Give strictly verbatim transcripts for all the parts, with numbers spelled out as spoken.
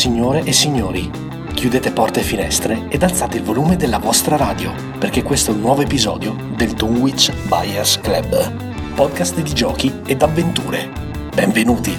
Signore e signori, chiudete porte e finestre ed alzate il volume della vostra radio, perché questo è un nuovo episodio del Dunwich Buyers Club, podcast di giochi ed avventure. Benvenuti!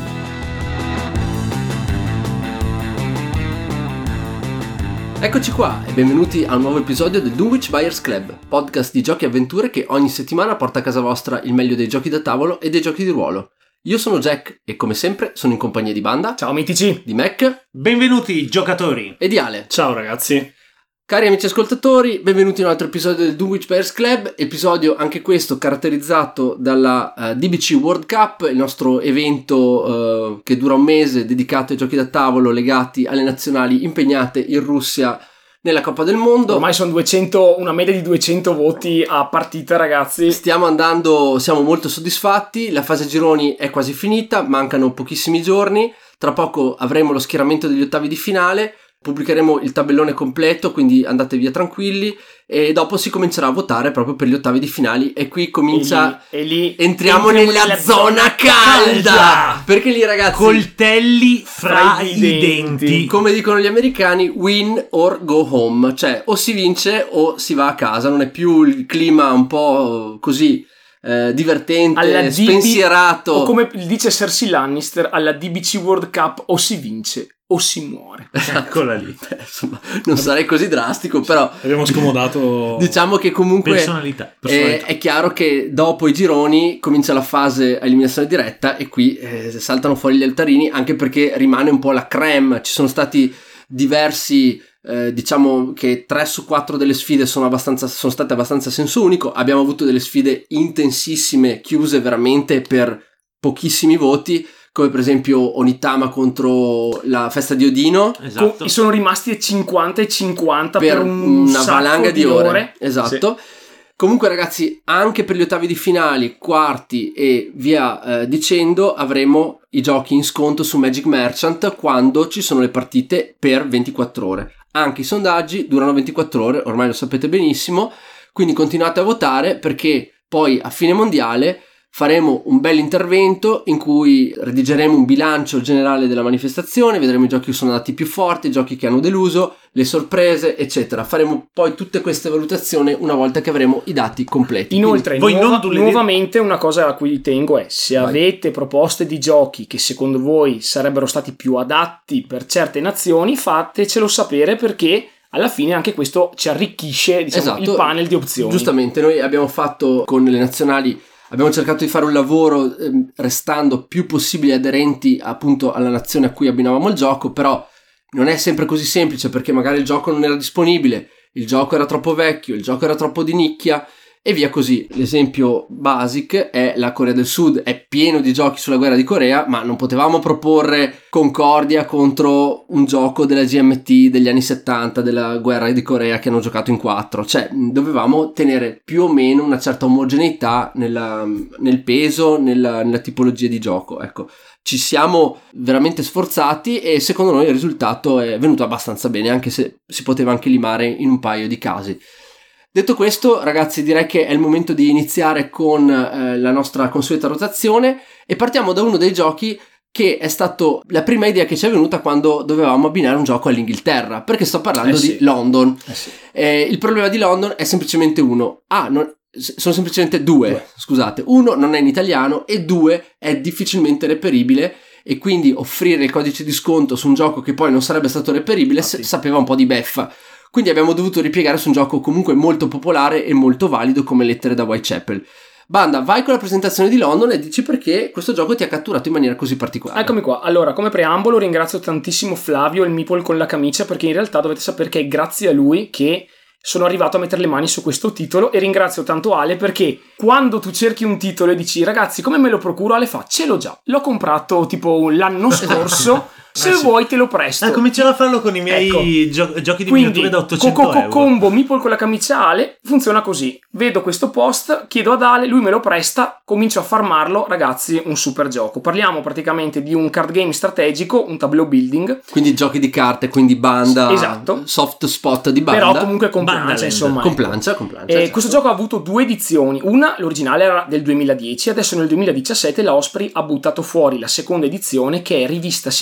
Eccoci qua e benvenuti a un nuovo episodio del Dunwich Buyers Club, podcast di giochi e avventure che ogni settimana porta a casa vostra il meglio dei giochi da tavolo e dei giochi di ruolo. Io sono Jack e come sempre sono in compagnia di Banda. Ciao mitici. Di Mac. Benvenuti giocatori. E di Ale. Ciao ragazzi. Cari amici ascoltatori, benvenuti in un altro episodio del Dunwich Buyers Club, episodio anche questo caratterizzato dalla uh, D B C World Cup, il nostro evento uh, che dura un mese dedicato ai giochi da tavolo legati alle nazionali impegnate in Russia nella Coppa del Mondo. Ormai sono duecento, una media di duecento voti a partita, ragazzi. Stiamo andando, siamo molto soddisfatti, la fase gironi è quasi finita, mancano pochissimi giorni, tra poco avremo lo schieramento degli ottavi di finale, pubblicheremo il tabellone completo, quindi andate via tranquilli e dopo si comincerà a votare proprio per gli ottavi di finali e qui comincia e lì, e lì entriamo, entriamo nella, nella zona calda, calda perché lì ragazzi coltelli fra, fra i denti. denti come dicono gli americani, win or go home, cioè o si vince o si va a casa, non è più il clima un po' così Eh, divertente, alla spensierato D B, o come dice Cersei Lannister alla D B C World Cup, o si vince o si muore. Eccola lì. Beh, insomma, non sarei così drastico, però abbiamo scomodato diciamo che comunque personalità, personalità. È, è chiaro che dopo i gironi comincia la fase a eliminazione diretta e qui eh, saltano fuori gli altarini, anche perché rimane un po' la crème. Ci sono stati diversi Eh, diciamo che tre su quattro delle sfide sono abbastanza sono state abbastanza a senso unico. Abbiamo avuto delle sfide intensissime, chiuse veramente per pochissimi voti, come per esempio Onitama contro la festa di Odino. Esatto. Co- sono rimasti cinquanta e cinquanta per, per un una valanga di, di ore. ore. Esatto. Sì. Comunque ragazzi, anche per gli ottavi di finali, quarti e via eh, dicendo, avremo i giochi in sconto su Magic Merchant quando ci sono le partite per ventiquattro ore. Anche i sondaggi durano ventiquattro ore, ormai lo sapete benissimo, quindi continuate a votare perché poi a fine mondiale faremo un bel intervento in cui redigeremo un bilancio generale della manifestazione, vedremo i giochi che sono andati più forti, i giochi che hanno deluso, le sorprese, eccetera. Faremo poi tutte queste valutazioni una volta che avremo i dati completi. Inoltre, Quindi, nuova, non nuovamente una cosa a cui tengo è: se Vai. avete proposte di giochi che secondo voi sarebbero stati più adatti per certe nazioni, fatecelo sapere, perché alla fine anche questo ci arricchisce, diciamo, esatto. il panel di opzioni. Giustamente, noi abbiamo fatto con le nazionali, abbiamo cercato di fare un lavoro eh, restando più possibile aderenti appunto alla nazione a cui abbinavamo il gioco, però non è sempre così semplice perché magari il gioco non era disponibile, il gioco era troppo vecchio, il gioco era troppo di nicchia e via così. L'esempio basic è la Corea del Sud, è pieno di giochi sulla guerra di Corea, ma non potevamo proporre Concordia contro un gioco della G M T degli anni settanta della guerra di Corea che hanno giocato in quattro, cioè dovevamo tenere più o meno una certa omogeneità nella, nel peso, nella, nella tipologia di gioco, ecco. Ci siamo veramente sforzati e secondo noi il risultato è venuto abbastanza bene, anche se si poteva anche limare in un paio di casi. Detto questo, ragazzi, direi che è il momento di iniziare con eh, la nostra consueta rotazione e partiamo da uno dei giochi che è stato la prima idea che ci è venuta quando dovevamo abbinare un gioco all'Inghilterra, perché sto parlando eh sì. di London. Eh sì. Eh, il problema di London è semplicemente uno. Ah, non, sono semplicemente due, due, scusate. Uno, non è in italiano, e due, è difficilmente reperibile, e quindi offrire il codice di sconto su un gioco che poi non sarebbe stato reperibile ah, sì. sapeva un po' di beffa. Quindi abbiamo dovuto ripiegare su un gioco comunque molto popolare e molto valido come Lettere da Whitechapel. Banda, vai con la presentazione di London e dici perché questo gioco ti ha catturato in maniera così particolare. Eccomi qua. Allora, come preambolo ringrazio tantissimo Flavio, il meeple con la camicia, perché in realtà dovete sapere che è grazie a lui che sono arrivato a mettere le mani su questo titolo, e ringrazio tanto Ale perché quando tu cerchi un titolo e dici ragazzi come me lo procuro, Ale fa ce l'ho già, l'ho comprato tipo l'anno scorso, se ah, sì. vuoi te lo presto. Ah, comincerò a farlo con i miei ecco. gio- giochi di Quindi, miniature da ottocento co- co- euro. combo meeple con la camicia Ale funziona così: vedo questo post, chiedo ad Ale, lui me lo presta, comincio a farmarlo. Ragazzi, un super gioco. Parliamo praticamente di un card game strategico, un tableau building, quindi giochi di carte, quindi banda, esatto, soft spot di banda, però comunque con plancia, insomma, con plancia, con plancia, eh, certo. Questo gioco ha avuto due edizioni, una l'originale era del duemiladieci, adesso nel duemiladiciassette la Osprey ha buttato fuori la seconda edizione, che è rivista sia nel regolamento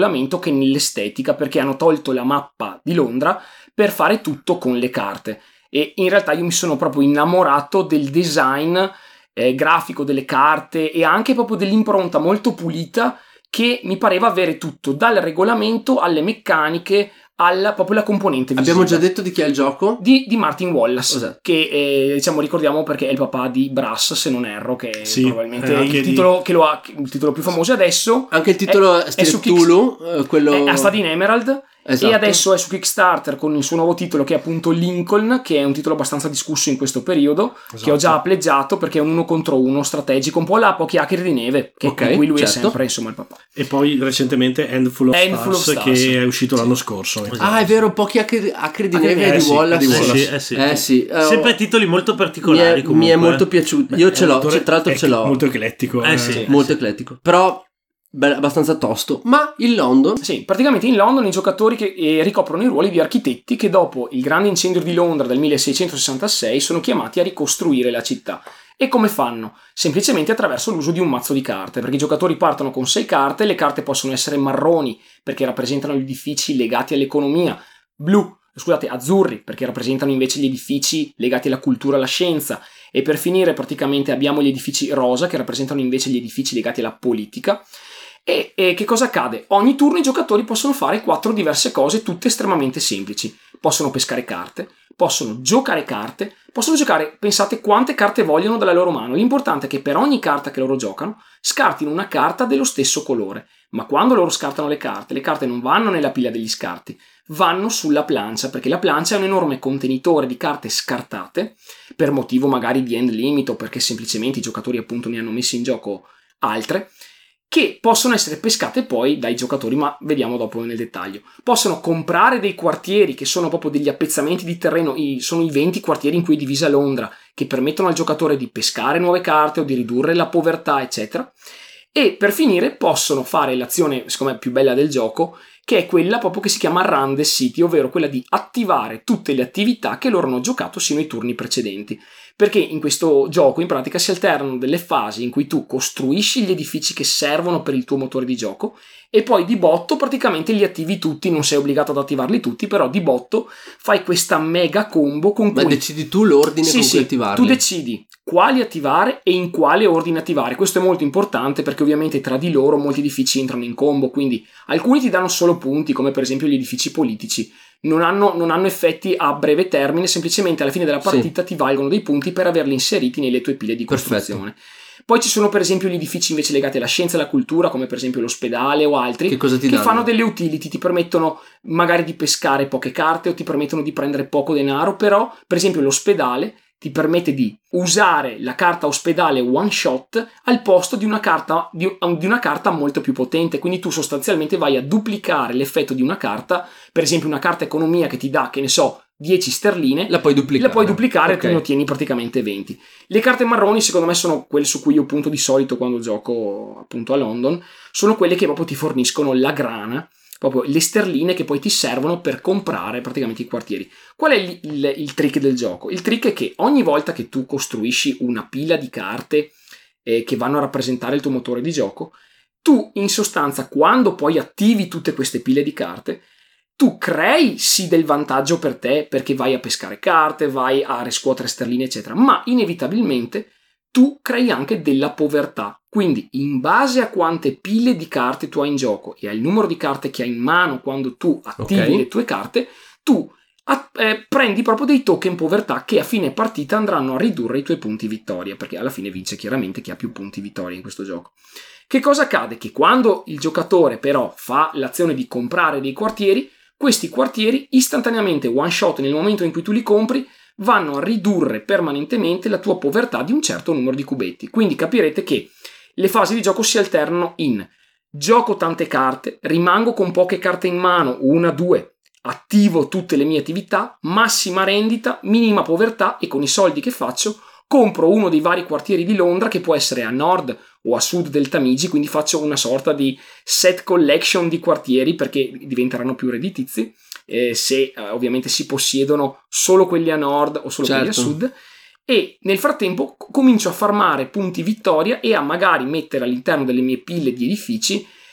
regolamento che nell'estetica, perché hanno tolto la mappa di Londra per fare tutto con le carte. E in realtà io mi sono proprio innamorato del design eh, grafico delle carte e anche proprio dell'impronta molto pulita che mi pareva avere tutto, dal regolamento alle meccaniche alla proprio la componente visiva. Abbiamo già detto di chi è il gioco? Di, di Martin Wallace, Esatto. che eh, diciamo ricordiamo perché è il papà di Brass, se non erro, che è Sì, probabilmente eh, il di... titolo che lo ha, il titolo più famoso adesso. Anche il titolo è, è su Cthulhu, eh, quello... è, è stato in Emerald. Esatto. E adesso è su Kickstarter con il suo nuovo titolo che è appunto Lincoln, che è un titolo abbastanza discusso in questo periodo, esatto. Che ho già appleggiato perché è un uno contro uno strategico, un po' la Pochi Acri di Neve, che okay, in cui lui certo. è sempre insomma il papà. E poi recentemente Handful of, Handful Stars, of Stars, che è uscito sì. l'anno scorso. Esatto. Ah, è vero, Pochi Acri, acri di Neve eh, di sì, Wallace. Di Eh Wallace. sì, eh sì. Eh sì. Eh, Sempre titoli molto particolari. Mi è, comunque. mi è molto piaciuto. Io ce l'ho, cioè, tra l'altro è ce l'ho. Molto eclettico. Eh eh. sì. Molto eclettico. Però beh, abbastanza tosto. Ma il London... Sì, praticamente in London i giocatori che eh, ricoprono i ruoli di architetti che dopo il grande incendio di Londra del milleseicentosessantasei sono chiamati a ricostruire la città. E come fanno? Semplicemente attraverso l'uso di un mazzo di carte, perché i giocatori partono con sei carte, le carte possono essere marroni perché rappresentano gli edifici legati all'economia, blu, scusate, azzurri perché rappresentano invece gli edifici legati alla cultura e alla scienza, e per finire praticamente abbiamo gli edifici rosa che rappresentano invece gli edifici legati alla politica. E, e che cosa accade? Ogni turno i giocatori possono fare quattro diverse cose, tutte estremamente semplici. Possono pescare carte, possono giocare carte, possono giocare, pensate quante carte vogliono dalla loro mano. L'importante è che per ogni carta che loro giocano scartino una carta dello stesso colore. Ma quando loro scartano le carte, le carte non vanno nella pila degli scarti, vanno sulla plancia, perché la plancia è un enorme contenitore di carte scartate, per motivo magari di end limit o perché semplicemente i giocatori appunto ne hanno messi in gioco altre, che possono essere pescate poi dai giocatori, ma vediamo dopo nel dettaglio. Possono comprare dei quartieri che sono proprio degli appezzamenti di terreno, sono i venti quartieri in cui è divisa Londra, che permettono al giocatore di pescare nuove carte o di ridurre la povertà, eccetera. E per finire possono fare l'azione, secondo me, più bella del gioco, che è quella proprio che si chiama Run the City, ovvero quella di attivare tutte le attività che loro hanno giocato sino ai turni precedenti. Perché in questo gioco in pratica si alternano delle fasi in cui tu costruisci gli edifici che servono per il tuo motore di gioco e poi di botto praticamente li attivi tutti, non sei obbligato ad attivarli tutti, però di botto fai questa mega combo con Ma cui... decidi tu l'ordine sì, con sì, cui attivarli. tu decidi quali attivare e in quale ordine attivare. Questo è molto importante perché ovviamente tra di loro molti edifici entrano in combo, quindi alcuni ti danno solo punti, come per esempio gli edifici politici. Non hanno, non hanno effetti a breve termine, semplicemente alla fine della partita sì. Ti valgono dei punti per averli inseriti nelle tue pile di costruzione. Perfetto. Poi ci sono per esempio gli edifici invece legati alla scienza e alla cultura, come per esempio l'ospedale o altri, che, cosa ti che danno? Fanno delle utility, ti permettono magari di pescare poche carte o ti permettono di prendere poco denaro, però per esempio l'ospedale ti permette di usare la carta ospedale one shot al posto di una carta di, di una carta molto più potente, quindi tu sostanzialmente vai a duplicare l'effetto di una carta, per esempio una carta economia che ti dà, che ne so, dieci sterline, la puoi duplicare, la puoi duplicare okay. E tu ne ottieni praticamente venti. Le carte marroni secondo me sono quelle su cui io punto di solito quando gioco appunto a London, sono quelle che proprio ti forniscono la grana, proprio le sterline che poi ti servono per comprare praticamente i quartieri. Qual è il, il, il trick del gioco? Il trick è che ogni volta che tu costruisci una pila di carte eh, che vanno a rappresentare il tuo motore di gioco, tu in sostanza quando poi attivi tutte queste pile di carte, tu crei sì del vantaggio per te perché vai a pescare carte, vai a riscuotere sterline eccetera, ma inevitabilmente tu crei anche della povertà. Quindi in base a quante pile di carte tu hai in gioco e al numero di carte che hai in mano quando tu attivi okay. le tue carte, tu a, eh, prendi proprio dei token povertà che a fine partita andranno a ridurre i tuoi punti vittoria, perché alla fine vince chiaramente chi ha più punti vittoria in questo gioco. Che cosa accade? Che quando il giocatore però fa l'azione di comprare dei quartieri, questi quartieri istantaneamente one shot nel momento in cui tu li compri vanno a ridurre permanentemente la tua povertà di un certo numero di cubetti. Quindi capirete che le fasi di gioco si alternano in gioco tante carte, rimango con poche carte in mano, una, due, attivo tutte le mie attività, massima rendita, minima povertà e con i soldi che faccio compro uno dei vari quartieri di Londra che può essere a nord o a sud del Tamigi, quindi faccio una sorta di set collection di quartieri perché diventeranno più redditizi. Eh, se eh, ovviamente si possiedono solo quelli a nord o solo certo. quelli a sud, e nel frattempo comincio a farmare punti vittoria e a magari mettere all'interno delle mie pile di edifici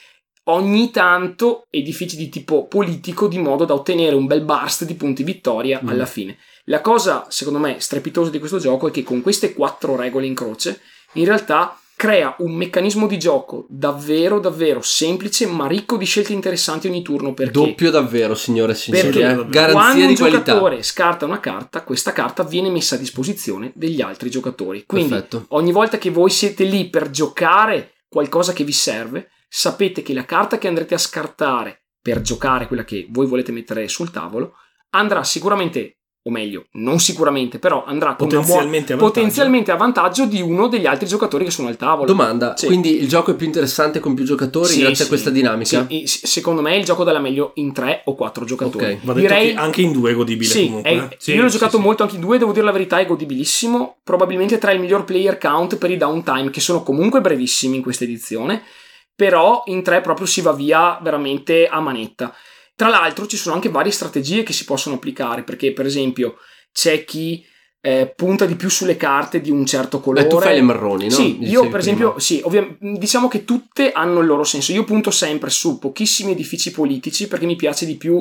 ogni tanto edifici di tipo politico, di modo da ottenere un bel burst di punti vittoria mm. alla fine. La cosa, secondo me, strepitosa di questo gioco è che con queste quattro regole in croce, in realtà crea un meccanismo di gioco davvero davvero semplice ma ricco di scelte interessanti ogni turno. Perché doppio davvero, signore e signori, perché eh? Garanzia quando un di qualità. giocatore scarta una carta, questa carta viene messa a disposizione degli altri giocatori, quindi Perfetto. Ogni volta che voi siete lì per giocare qualcosa che vi serve, sapete che la carta che andrete a scartare per giocare quella che voi volete mettere sul tavolo andrà sicuramente, o meglio, non sicuramente, però andrà con potenzialmente, una buona, a potenzialmente a vantaggio di uno degli altri giocatori che sono al tavolo. Domanda, sì. Quindi il gioco è più interessante con più giocatori sì, grazie sì. a questa dinamica? Sì, secondo me il gioco dà la meglio in tre o quattro giocatori. Okay. Va detto Direi che anche in due è godibile sì, comunque. È, eh. sì, io l'ho sì, giocato sì. molto anche in due, devo dire la verità, è godibilissimo. Probabilmente tra il miglior player count per i downtime, che sono comunque brevissimi in questa edizione, però in tre proprio si va via veramente a manetta. Tra l'altro ci sono anche varie strategie che si possono applicare, perché per esempio c'è chi eh, punta di più sulle carte di un certo colore. Beh, tu fai le marroni, no? Sì, Mi io dicevi per prima. esempio, sì, ovvia- diciamo che tutte hanno il loro senso. Io punto sempre su pochissimi edifici politici perché mi piace di più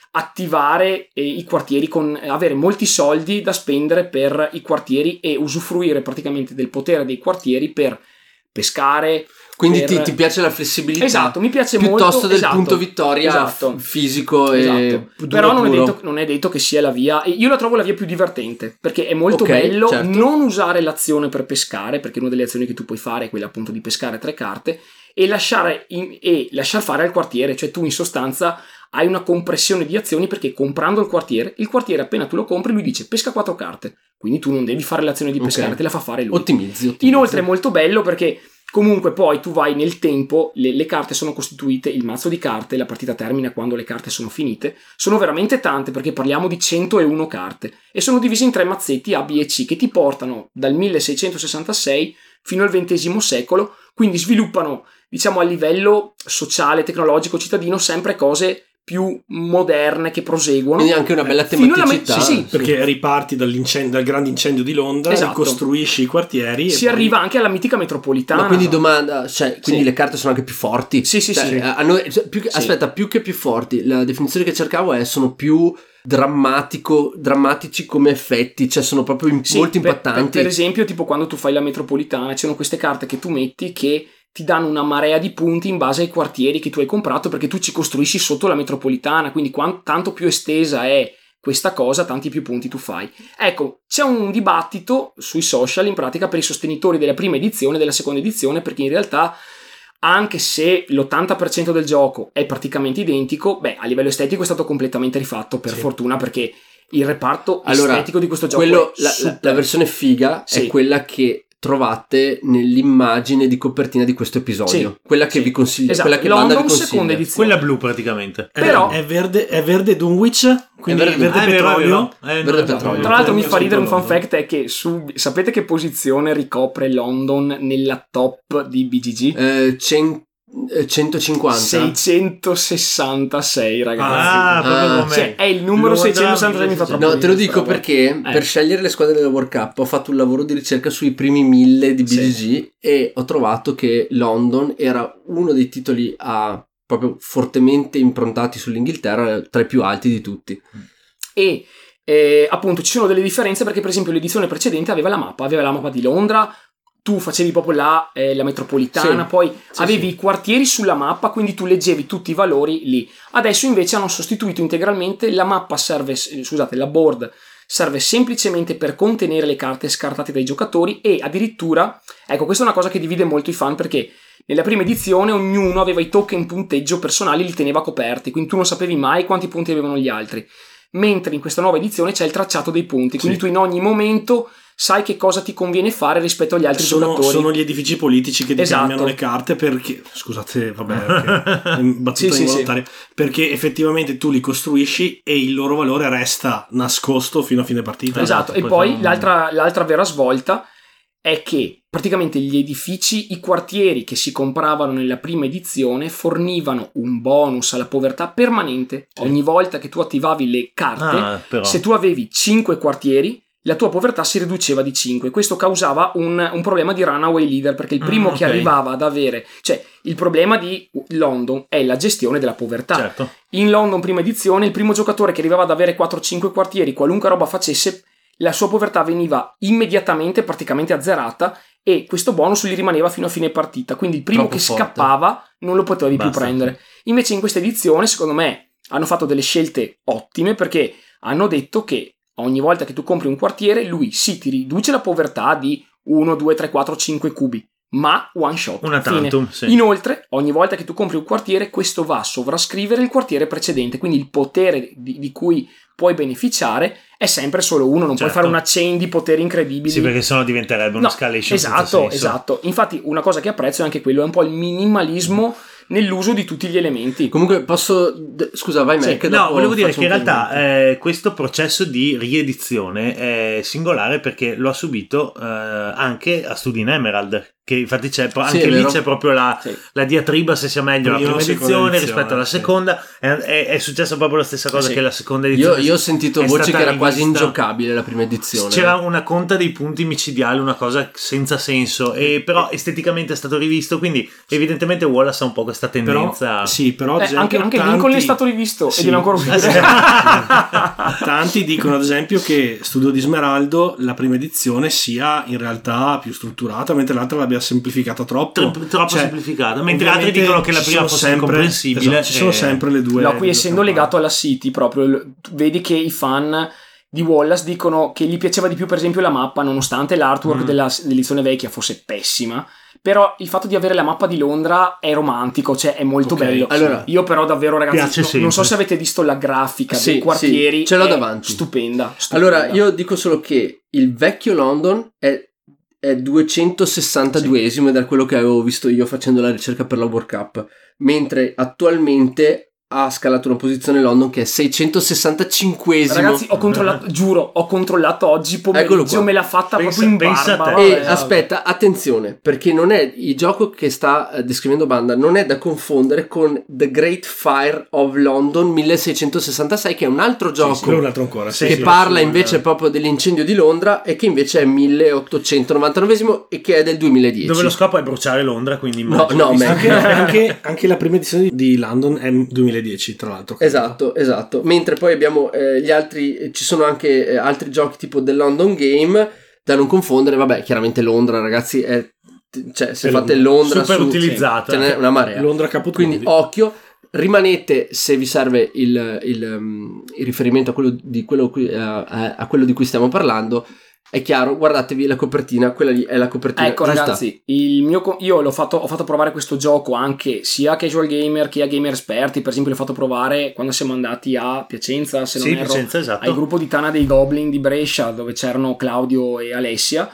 attivare eh, i quartieri, con eh, avere molti soldi da spendere per i quartieri e usufruire praticamente del potere dei quartieri per pescare. Quindi per... ti, ti piace la flessibilità? Esatto, mi piace piuttosto molto del esatto, punto vittoria esatto, fisico e esatto. duro Però non è, puro. detto, non è detto che sia la via, e io la trovo la via più divertente perché è molto okay, bello certo. non usare l'azione per pescare, perché una delle azioni che tu puoi fare è quella appunto di pescare tre carte e lasciare, in, e lasciar fare al quartiere, cioè tu in sostanza hai una compressione di azioni perché comprando il quartiere, il quartiere appena tu lo compri lui dice pesca quattro carte, quindi tu non devi fare l'azione di pescare, okay. te la fa fare lui. Ottimizzi, ottimizzi. Inoltre è molto bello perché comunque poi tu vai nel tempo, le, le carte sono costituite, il mazzo di carte, la partita termina quando le carte sono finite, sono veramente tante perché parliamo di centouno carte e sono divise in tre mazzetti A, B e C che ti portano dal milleseicentosessantasei fino al ventesimo secolo, quindi sviluppano, diciamo, a livello sociale, tecnologico, cittadino sempre cose più moderne che proseguono. Quindi anche una bella tematicità. Me- sì, sì. Perché riparti dall'incendio, dal grande incendio di Londra, esatto. ricostruisci i quartieri. Si e arriva poi... anche alla mitica metropolitana. Ma quindi domanda, cioè, quindi sì. le carte sono anche più forti? Sì, sì, cioè, sì. A noi, cioè, più che, sì. Aspetta, più che più forti, la definizione che cercavo è sono più drammatico, drammatici come effetti, cioè sono proprio in, sì, molto per, impattanti. Per, per esempio, tipo quando tu fai la metropolitana, ci sono queste carte che tu metti che ti danno una marea di punti in base ai quartieri che tu hai comprato perché tu ci costruisci sotto la metropolitana, quindi quanto, tanto più estesa è questa cosa, tanti più punti tu fai. Ecco, c'è un dibattito sui social in pratica per i sostenitori della prima edizione e della seconda edizione, perché in realtà anche se l'ottanta per cento del gioco è praticamente identico, beh, a livello estetico è stato completamente rifatto, per sì. fortuna, perché il reparto allora, estetico di questo gioco quello, è la, la, la versione figa sì. è quella che trovate nell'immagine di copertina di questo episodio, sì, quella che sì. vi consiglio, esatto. quella che London, Banda vi consiglia, seconda edizione. Quella blu praticamente. Però è verde, è verde Dunwich, quindi è verde, verde ah, petrolio. Eh, verde petrolio. Tra l'altro mi fa ridere un fun fact è che su, sapete che posizione ricopre London nella top di B G G? Eh, cento centocinquanta seicentosessantasei ragazzi. Ah, proprio ah, come cioè, è il numero Londra, seicentosessantasei mi fa troppo no, te lo dico però, perché eh. per scegliere le squadre della World Cup ho fatto un lavoro di ricerca sui primi mille di B G G sì. e ho trovato che London era uno dei titoli a proprio fortemente improntati sull'Inghilterra, tra i più alti di tutti. E eh, appunto ci sono delle differenze perché per esempio l'edizione precedente aveva la mappa, aveva la mappa di Londra, tu facevi proprio la, eh, la metropolitana, sì, poi sì, avevi sì. i quartieri sulla mappa, quindi tu leggevi tutti i valori lì. Adesso invece hanno sostituito integralmente, la mappa serve, scusate, la board serve semplicemente per contenere le carte scartate dai giocatori e addirittura, ecco, questa è una cosa che divide molto i fan perché nella prima edizione ognuno aveva i token punteggio personali, li teneva coperti, quindi tu non sapevi mai quanti punti avevano gli altri. Mentre in questa nuova edizione c'è il tracciato dei punti, quindi sì. tu in ogni momento sai che cosa ti conviene fare rispetto agli altri sono, giocatori. Sono gli edifici politici che determinano esatto. le carte perché, scusate, vabbè, perché, battuta sì, involontaria, sì, sì. perché effettivamente tu li costruisci e il loro valore resta nascosto fino a fine partita. Esatto, e poi un... l'altra, l'altra vera svolta è che praticamente gli edifici, i quartieri che si compravano nella prima edizione fornivano un bonus alla povertà permanente. Sì. Ogni volta che tu attivavi le carte, ah, se tu avevi cinque quartieri, la tua povertà si riduceva di cinque. Questo causava un, un problema di runaway leader, perché il primo Mm, che ok. arrivava ad avere, cioè il problema di London è la gestione della povertà. Certo. In London prima edizione il primo giocatore che arrivava ad avere quattro cinque quartieri, qualunque roba facesse, la sua povertà veniva immediatamente praticamente azzerata e questo bonus gli rimaneva fino a fine partita, quindi il primo Troppo che forte. scappava non lo potevi più Basta. prendere. Invece in questa edizione secondo me hanno fatto delle scelte ottime, perché hanno detto che ogni volta che tu compri un quartiere lui sì ti riduce la povertà di uno, due, tre, quattro, cinque cubi, ma one shot, Una fine. tantum, sì. Inoltre, ogni volta che tu compri un quartiere, questo va a sovrascrivere il quartiere precedente, quindi il potere di, di cui puoi beneficiare è sempre solo uno, non Certo. puoi fare una chain di poteri incredibili. Sì, perché sennò diventerebbe una No, escalation senza esatto, senso. esatto. Infatti una cosa che apprezzo è anche quello, è un po' il minimalismo nell'uso di tutti gli elementi. Comunque posso... d- Scusa, vai Sì, Mac. No, dopo volevo dire faccio che in un realtà commento. eh, questo processo di riedizione è singolare perché lo ha subito eh, anche a Studi in Emerald, che infatti c'è pro- Sì, anche è lì vero. c'è proprio la, Sì. la diatriba se sia meglio la Prima o prima seconda edizione edizione, rispetto alla sì. seconda. È, è, è successa proprio la stessa cosa Sì. che la seconda Io, edizione. io ho sentito è voci stata che era quasi rivista. ingiocabile la prima edizione. C'era una conta dei punti micidiali, una cosa senza senso, e però esteticamente è stato rivisto, quindi evidentemente Wallace ha un po' questa Però, tendenza. sì, però ad Eh, esempio, anche anche tanti- Lincoln è stato rivisto Sì. e deve ancora uscire. Tanti dicono ad esempio che Studio di Smeraldo la prima edizione sia in realtà più strutturata, mentre l'altra l'abbia semplificata troppo. Tro- troppo Cioè, semplificata, mentre altri ovviamente dicono che la ci prima sono fosse sempre- incomprensibile. esatto, ci sono e- sempre le due. No, qui le essendo due legato alla City proprio, l- vedi che i fan di Wallace dicono che gli piaceva di più per esempio la mappa, nonostante l'artwork Mm. della, dell'edizione vecchia fosse pessima, però il fatto di avere la mappa di Londra è romantico, cioè è molto Ok, bello. allora- Io però davvero ragazzi, Piace no- non so sempre. se avete visto la grafica Sì, dei quartieri, sì, ce l'ho è davanti. Stupenda, stupenda. Allora, io dico solo che il vecchio London è, è duecentosessantaduesimo da quello che avevo visto io facendo la ricerca per la World Cup, mentre attualmente ha scalato una posizione London che è seicentosessantacinquesimo. Ragazzi, ho controllato, giuro, ho controllato oggi Eccolo pomeriggio, qua. me l'ha fatta Pensa- proprio in pensa a barba. te. E vabbè, vabbè. aspetta, attenzione, perché non è il gioco che sta eh, descrivendo Banda, non è da confondere con The Great Fire of London milleseicentosessantasei, che è un altro gioco Sì, quello è un altro ancora. Sì, che sì, parla sì, invece sì. proprio dell'incendio di Londra e che invece è milleottocentonovantanovesimo e che è del duemiladieci. Dove lo scopo è bruciare Londra, quindi No, immagino no, di- ma- Anche, anche, anche la prima edizione di London è duemiladieci, tra l'altro. Esatto, esatto. Mentre poi abbiamo eh, gli altri, eh, ci sono anche eh, altri giochi tipo del London Game, da non confondere. Vabbè, chiaramente Londra, ragazzi, è, cioè se È fate Londra. Londra super su, utilizzata. ce n'è una marea. Londra Caputo. Quindi occhio, rimanete, se vi serve il, il, um, il riferimento a quello, di quello qui- a, a- a quello di cui stiamo parlando, è chiaro, guardatevi la copertina, quella lì è la copertina Ecco giusta. ragazzi, il mio co- io l'ho fatto, ho fatto provare questo gioco anche sia a casual gamer che a gamer esperti. Per esempio l'ho fatto provare quando siamo andati a Piacenza, se non Sì, erro, Piacenza, esatto. al gruppo di Tana dei Goblin di Brescia, dove c'erano Claudio e Alessia,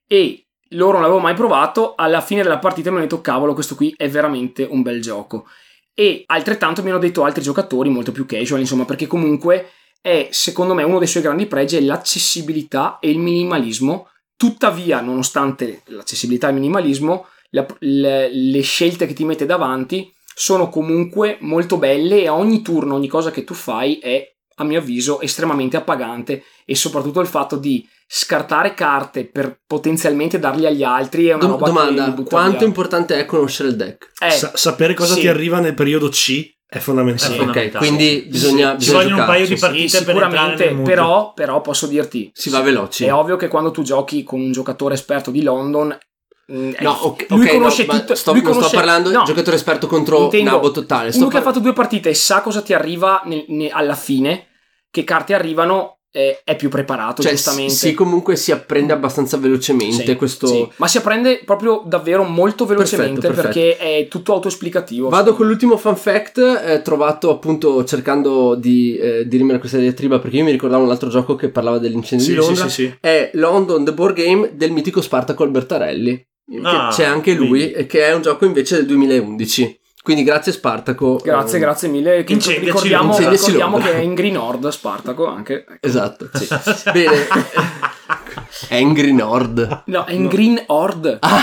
e loro non l'avevo mai provato. Alla fine della partita mi hanno detto cavolo, questo qui è veramente un bel gioco, e altrettanto mi hanno detto altri giocatori molto più casual, insomma, perché comunque è, secondo me, uno dei suoi grandi pregi è l'accessibilità e il minimalismo. Tuttavia, nonostante l'accessibilità e il minimalismo, la- le, le scelte che ti mette davanti sono comunque molto belle, e a ogni turno, ogni cosa che tu fai è, a mio avviso, estremamente appagante, e soprattutto il fatto di scartare carte per potenzialmente darli agli altri è una Dom- roba che domanda, mi butta quanto via. importante è conoscere il deck? Eh, Sa- sapere cosa sì. ti arriva nel periodo C è fondamentale. Sì. Ok, fondamentale. quindi bisogna, Ci bisogna vogliono un paio di giocarci. partite Sì, per entrare sicuramente, nel mood. però, però posso dirti, Si va veloci. è ovvio che quando tu giochi con un giocatore esperto di London, mh, è- No, ok, lui ok, conosce no, ma tutto. sto, lui non conosce- sto parlando di no, giocatore esperto contro intendo Nabo totale. Sto uno che ha par- fatto due partite e sa cosa ti arriva nel- ne- alla fine, che carte arrivano, eh, è più preparato, cioè, giustamente. sì, comunque si apprende abbastanza velocemente Sì, questo. sì. Ma si apprende proprio davvero molto velocemente, Perfetto, perfetto. perché è tutto autoesplicativo. Vado con l'ultimo fun fact, eh, trovato appunto cercando di eh, dirimere questa diatriba, perché io mi ricordavo un altro gioco che parlava dell'incendio Sì, di Londra. sì, sì, sì. È London The Board Game del mitico Spartaco Albertarelli, che Ah, c'è anche lui, quindi. e che è un gioco invece del duemilaundici. Quindi grazie Spartaco. Grazie, eh, grazie mille. Che Incendiaci ricordiamo Londra. ricordiamo Londra. che è in Green Horde Spartaco anche. Ecco. Esatto. Bene. Angry Nord. No, è in Green Horde. Ah,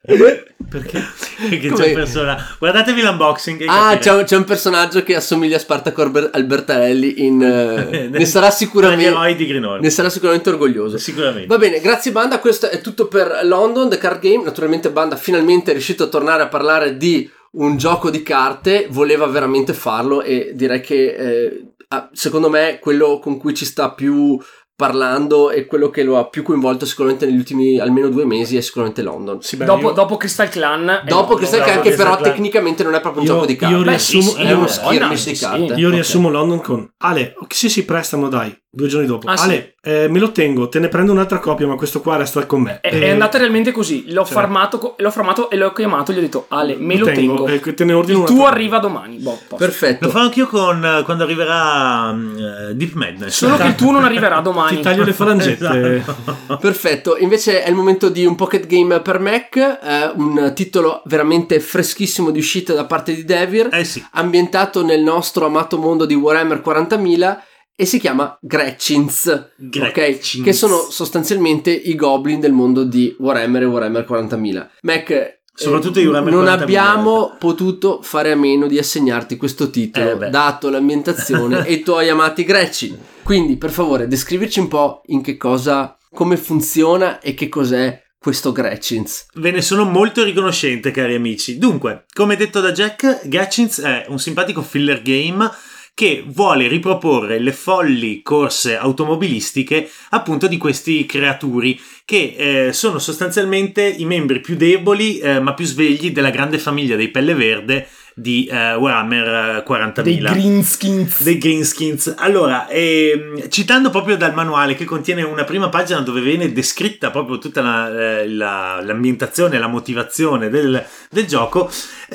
Perché? Perché Come? c'è un persona... Guardatevi l'unboxing. e Ah, capirete. c'è un, c'è un personaggio che assomiglia a Spartaco Alber- Albertarelli in... eh, ne sarà Tra gli sicuramente... eroi di Green Order. Ne sarà sicuramente orgoglioso. Sicuramente. Va bene, grazie banda, questo è tutto per London, The Card Game. Naturalmente banda finalmente è riuscito a tornare a parlare di un gioco di carte, voleva veramente farlo e direi che eh, secondo me quello con cui ci sta più parlando e quello che lo ha più coinvolto sicuramente negli ultimi almeno due mesi è sicuramente London. Sì, beh, dopo, io, dopo Crystal Clan Dopo Crystal dopo Clan, che Crystal però Clan. tecnicamente non è proprio un Io- gioco di io carte, riassumo- sì, è uno no, skirmish no, di sì. carte. io Ok. riassumo London con Ale, sì sì prestamo dai, due giorni dopo. Ah, sì. Ale, eh, me lo tengo, te ne prendo un'altra copia, ma questo qua resta con me. È, Eh, è andata realmente così. L'ho, cioè- farmato, co- l'ho farmato e l'ho chiamato. Gli ho detto: Ale, me lo tengo. eh, te ne ordino Il una tuo copia. arriva domani. Boh, posto. Perfetto. Lo farò anch'io con eh, quando arriverà um, Deep Madness. Solo che il tuo non arriverà domani. Ti taglio le falangette. Esatto. Perfetto, invece è il momento di un pocket game per Mac, eh, un titolo veramente freschissimo di uscita da parte di Devir, Eh sì. ambientato nel nostro amato mondo di Warhammer quarantamila e si chiama Gretchins, Gretchins. ok? Che sono sostanzialmente i goblin del mondo di Warhammer e Warhammer quarantamila. Mac, eh, Soprattutto i Warhammer non quarantamila. abbiamo potuto fare a meno di assegnarti questo titolo, Eh beh. dato l'ambientazione e i tuoi amati Gretchin. Quindi, per favore, descriverci un po' in che cosa, come funziona e che cos'è questo Gretchins. Ve ne sono molto riconoscente, cari amici. Dunque, come detto da Jack, Gretchins è un simpatico filler game che vuole riproporre le folli corse automobilistiche appunto di questi creaturi che eh, sono sostanzialmente i membri più deboli eh, ma più svegli della grande famiglia dei Pelle Verde di eh, Warhammer Dei quarantamila. Greenskins. Dei Greenskins. Allora, ehm, citando proprio dal manuale che contiene una prima pagina dove viene descritta proprio tutta la, eh, la- l'ambientazione e la motivazione del, del gioco,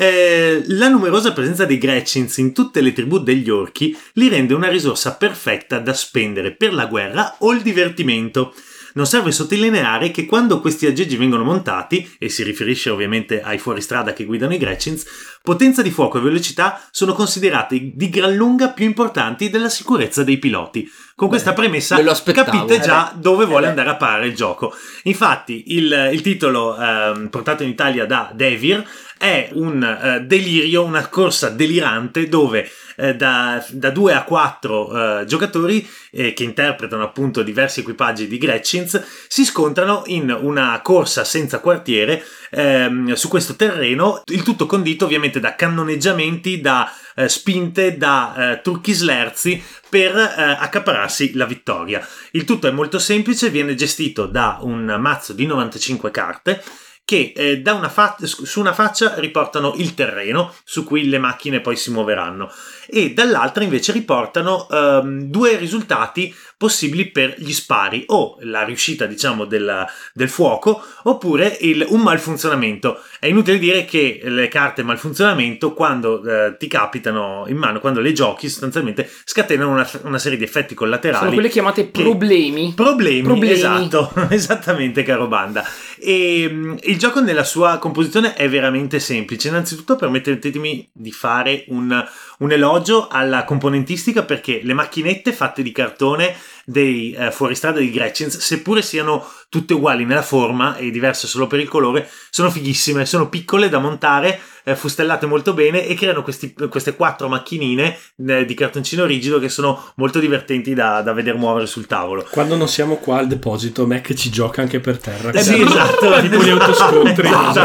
eh, la numerosa presenza dei Gretchins in tutte le tribù degli orchi li rende una risorsa perfetta da spendere per la guerra o il divertimento. Non serve sottolineare che quando questi aggeggi vengono montati, e si riferisce ovviamente ai fuoristrada che guidano i Gretchins, potenza di fuoco e velocità sono considerati di gran lunga più importanti della sicurezza dei piloti. Con questa premessa me lo aspettavo. capite già Eh dove vuole beh. andare a parare il gioco. Infatti il, il titolo ehm, portato in Italia da Devir è un eh, delirio, una corsa delirante dove eh, da, da due a quattro eh, giocatori eh, che interpretano appunto diversi equipaggi di Gretchins si scontrano in una corsa senza quartiere ehm, su questo terreno, il tutto condito ovviamente da cannoneggiamenti, da eh, spinte, da eh, trucchi slerzi per eh, accaparrarsi la vittoria. Il tutto è molto semplice, viene gestito da un mazzo di novantacinque carte che eh, da una fa- su una faccia riportano il terreno su cui le macchine poi si muoveranno e dall'altra invece riportano ehm, due risultati possibili per gli spari, o la riuscita diciamo del, del fuoco oppure il, un malfunzionamento. È inutile dire che le carte malfunzionamento quando eh, ti capitano in mano, quando le giochi sostanzialmente scatenano una, una serie di effetti collaterali. Sono quelle chiamate che- problemi. Problemi, Problemi. esatto, esattamente caro Banda. E mm, il gioco nella sua composizione è veramente semplice. Innanzitutto permettetemi di fare un, un elogio alla componentistica, perché le macchinette fatte di cartone dei eh, fuoristrada di Gretchins, seppure siano tutte uguali nella forma e diverse solo per il colore, sono fighissime, sono piccole da montare, eh, fustellate molto bene e creano questi, queste quattro macchinine eh, di cartoncino rigido che sono molto divertenti da, da vedere muovere sul tavolo. Quando non siamo qua al deposito, Mac ci gioca anche per terra. Eh sì, esatto. Tipo gli autoscontri.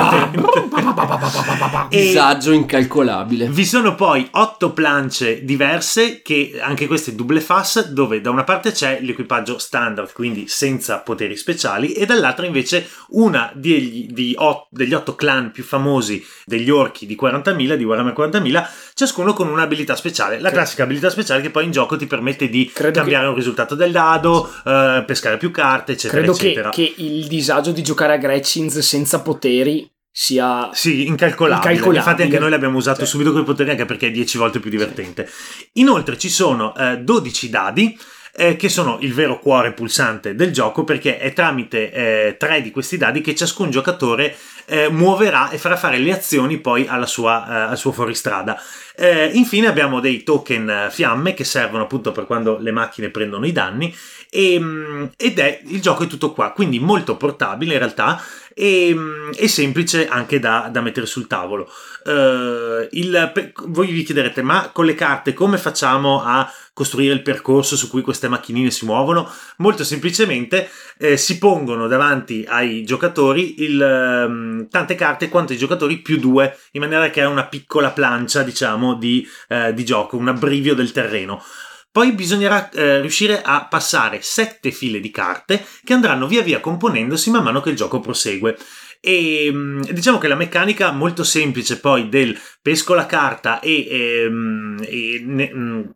E- Disagio incalcolabile. Vi sono poi otto plance diverse, che anche queste double fas, dove da una parte c'è l'equipaggio standard, quindi senza poteri speciali, e dall'altra invece una degli, di ot- degli otto clan più famosi degli orchi di quarantamila, di Warhammer quarantamila, ciascuno con un'abilità speciale. La classica abilità speciale che poi in gioco ti permette di Credo cambiare che- un risultato del dado, eh, pescare più carte, eccetera, Credo che, eccetera. che il disagio di giocare a Gretchins senza poteri sia Sì, incalcolabile. Incalcolabile. Infatti anche noi l'abbiamo usato Sì. subito con i poteri, anche perché è dieci volte più divertente. Inoltre ci sono eh, dodici dadi, eh, che sono il vero cuore pulsante del gioco, perché è tramite eh, tre di questi dadi che ciascun giocatore eh, muoverà e farà fare le azioni poi alla sua, eh, al suo fuoristrada. Eh, infine abbiamo dei token eh, fiamme che servono appunto per quando le macchine prendono i danni, e, ed è il gioco è tutto qua, quindi molto portabile in realtà e, e semplice anche da, da mettere sul tavolo. Uh, il, voi vi chiederete, ma con le carte come facciamo a costruire il percorso su cui queste macchinine si muovono? Molto semplicemente eh, si pongono davanti ai giocatori il, um, tante carte quanto i giocatori più due, in maniera che è una piccola plancia, diciamo, di, uh, di gioco, un abbrivio del terreno. Poi bisognerà eh, riuscire a passare sette file di carte che andranno via via componendosi man mano che il gioco prosegue. E diciamo che la meccanica molto semplice poi del pesco la carta e, e, e ne,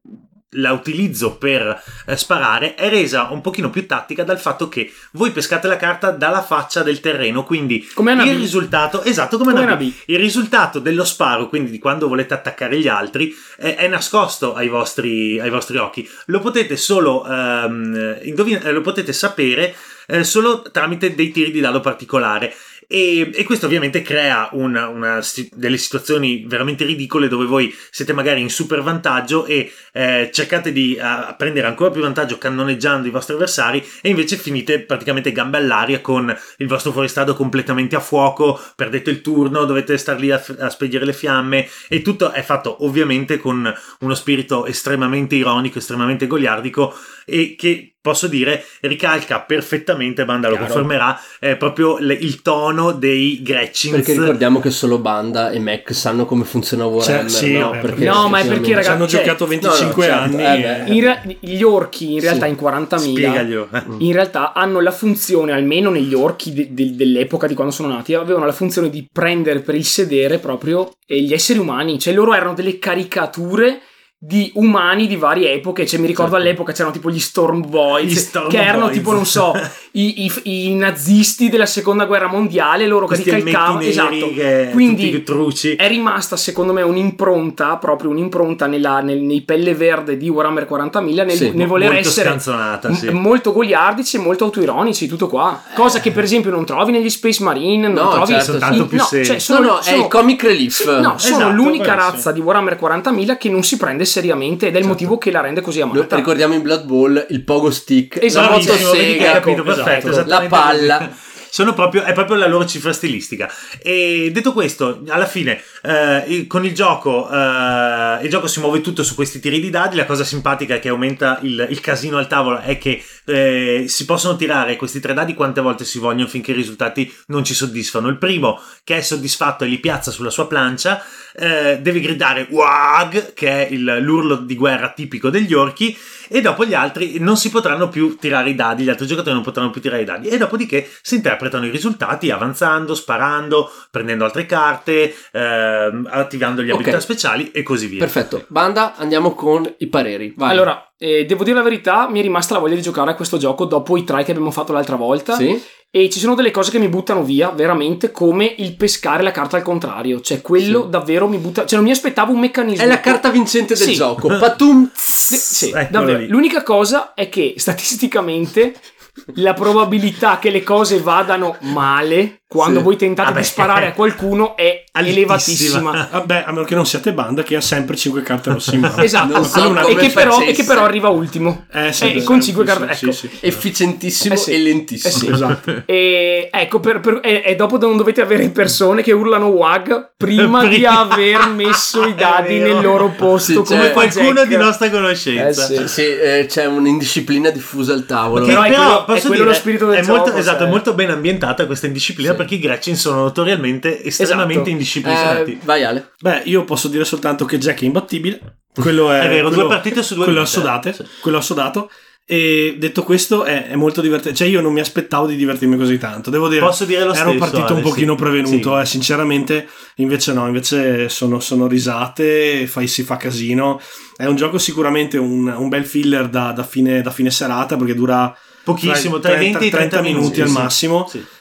la utilizzo per eh, sparare è resa un pochino più tattica dal fatto che voi pescate la carta dalla faccia del terreno, quindi come il B. risultato esatto come, come una B. B. Il risultato dello sparo, quindi di quando volete attaccare gli altri, eh, è nascosto ai vostri, ai vostri occhi. Lo potete solo ehm, indovin- lo potete sapere eh, solo tramite dei tiri di dado particolare. E, e questo ovviamente crea una, una, delle situazioni veramente ridicole dove voi siete magari in super vantaggio e eh, cercate di uh, prendere ancora più vantaggio cannoneggiando i vostri avversari e invece finite praticamente gambe all'aria con il vostro fuoristrada completamente a fuoco, perdete il turno, dovete star lì a, a spegnere le fiamme e tutto è fatto ovviamente con uno spirito estremamente ironico, estremamente goliardico e che posso dire ricalca perfettamente, Banda lo Chiaro. Confermerà, eh, proprio le, il tono dei Gretchins, perché ricordiamo che solo Banda e Mac sanno come funziona Warhammer, cioè, sì, no? beh, Perché no, ma è perché, ragazzi, hanno cioè, giocato venticinque no, no, certo, anni eh, e... in re- gli orchi in realtà Sì. in quarantamila spiegaglielo eh. in realtà hanno la funzione, almeno negli orchi de- de- dell'epoca di quando sono nati, avevano la funzione di prendere per il sedere proprio gli esseri umani, cioè loro erano delle caricature di umani di varie epoche, cioè mi ricordo certo. all'epoca c'erano tipo gli Storm Boys, Gli Storm che erano Boys. tipo non so i, i, i nazisti della seconda guerra mondiale, loro che Questi ricalcavano, elmetti neri esatto, che- quindi tutti truci. è rimasta secondo me un'impronta, proprio un'impronta nella, nel, nei pelle verde di Warhammer quarantamila nel, Sì, nel voler molto essere scanzonata, m- sì. molto goliardici e molto autoironici, tutto qua, cosa che per esempio non trovi negli Space Marine, non No, trovi certo, sono tanto in- più no, seri. cioè, no, sono, no, è sono- il comic relief. no, sono Esatto, l'unica bravissimo. razza di Warhammer quarantamila che non si prende seriamente ed è il motivo che la rende così Noi amata. ricordiamo in Blood Bowl il pogo stick, Esatto, la Bravissimo, vedi che hai motosega, capito ecco, perfetto, esatto. la esattamente palla. così. Sono proprio, è proprio la loro cifra stilistica. E detto questo, alla fine eh, il- con il gioco eh, il gioco si muove tutto su questi tiri di dadi. La cosa simpatica è che aumenta il, il casino al tavolo è che eh, si possono tirare questi tre dadi quante volte si vogliono finché i risultati non ci soddisfano. Il primo che è soddisfatto e li piazza sulla sua plancia eh, deve gridare Wag, che è il, l'urlo di guerra tipico degli orchi, e dopo gli altri non si potranno più tirare i dadi, gli altri giocatori non potranno più tirare i dadi, e dopodiché si interpretano i risultati avanzando, sparando, prendendo altre carte, ehm, attivando gli Ok. abilità speciali e così via. Perfetto. Banda, andiamo con i pareri. Vai. Allora, eh, devo dire la verità, mi è rimasta la voglia di giocare a questo gioco dopo i try che abbiamo fatto l'altra volta. Sì? E ci sono delle cose che mi buttano via, veramente, come il pescare la carta al contrario. Cioè, quello Sì. davvero mi butta... Cioè, non mi aspettavo un meccanismo... È la carta vincente del Sì. gioco. Patum. De- sì, Eccolo davvero. lì. L'unica cosa è che statisticamente la probabilità che le cose vadano male quando Sì. voi tentate Vabbè. di sparare a qualcuno è Altissima. elevatissima. Vabbè, a meno che non siate Banda che ha sempre cinque carte rosse in mano. Esatto, Non so e, come che però, e che facesse. però arriva ultimo. Eh, sì, Eh, per con esempio, cinque sì, carte, sì, ecco. sì. Efficientissimo Eh sì. e lentissimo. Eh sì. Esatto. E ecco, per, per- e, e dopo non dovete avere persone che urlano WAG prima di Prima. aver messo i dadi È vero. nel loro posto, Sì, come c'è fa Qualcuno Jack. di nostra conoscenza. Eh sì. Sì, eh, c'è un'indisciplina diffusa al tavolo. Però è quello- posso è quello dire, lo spirito del è molto, gioco, esatto, sai. è molto ben ambientata questa indisciplina, Sì. perché i Gretchen sono notoriamente estremamente Esatto. indisciplinati. Eh, vai Ale. Beh, io posso dire soltanto che Jack è imbattibile. Quello è, È vero, quello, due partite su due quello vinte. assodate, Sì. quello assodato. E detto questo è, è molto divertente. Cioè io non mi aspettavo di divertirmi così tanto. Devo dire, Posso dire lo ero stesso, partito un Ale, pochino sì. prevenuto, Sì. eh, sinceramente. Invece no, invece sono, sono risate, fai, si fa casino. È un gioco sicuramente un, un bel filler da, da, fine, da fine serata, perché dura Pochissimo, tra i venti e i trenta minuti minuti, al sì. massimo. Sì.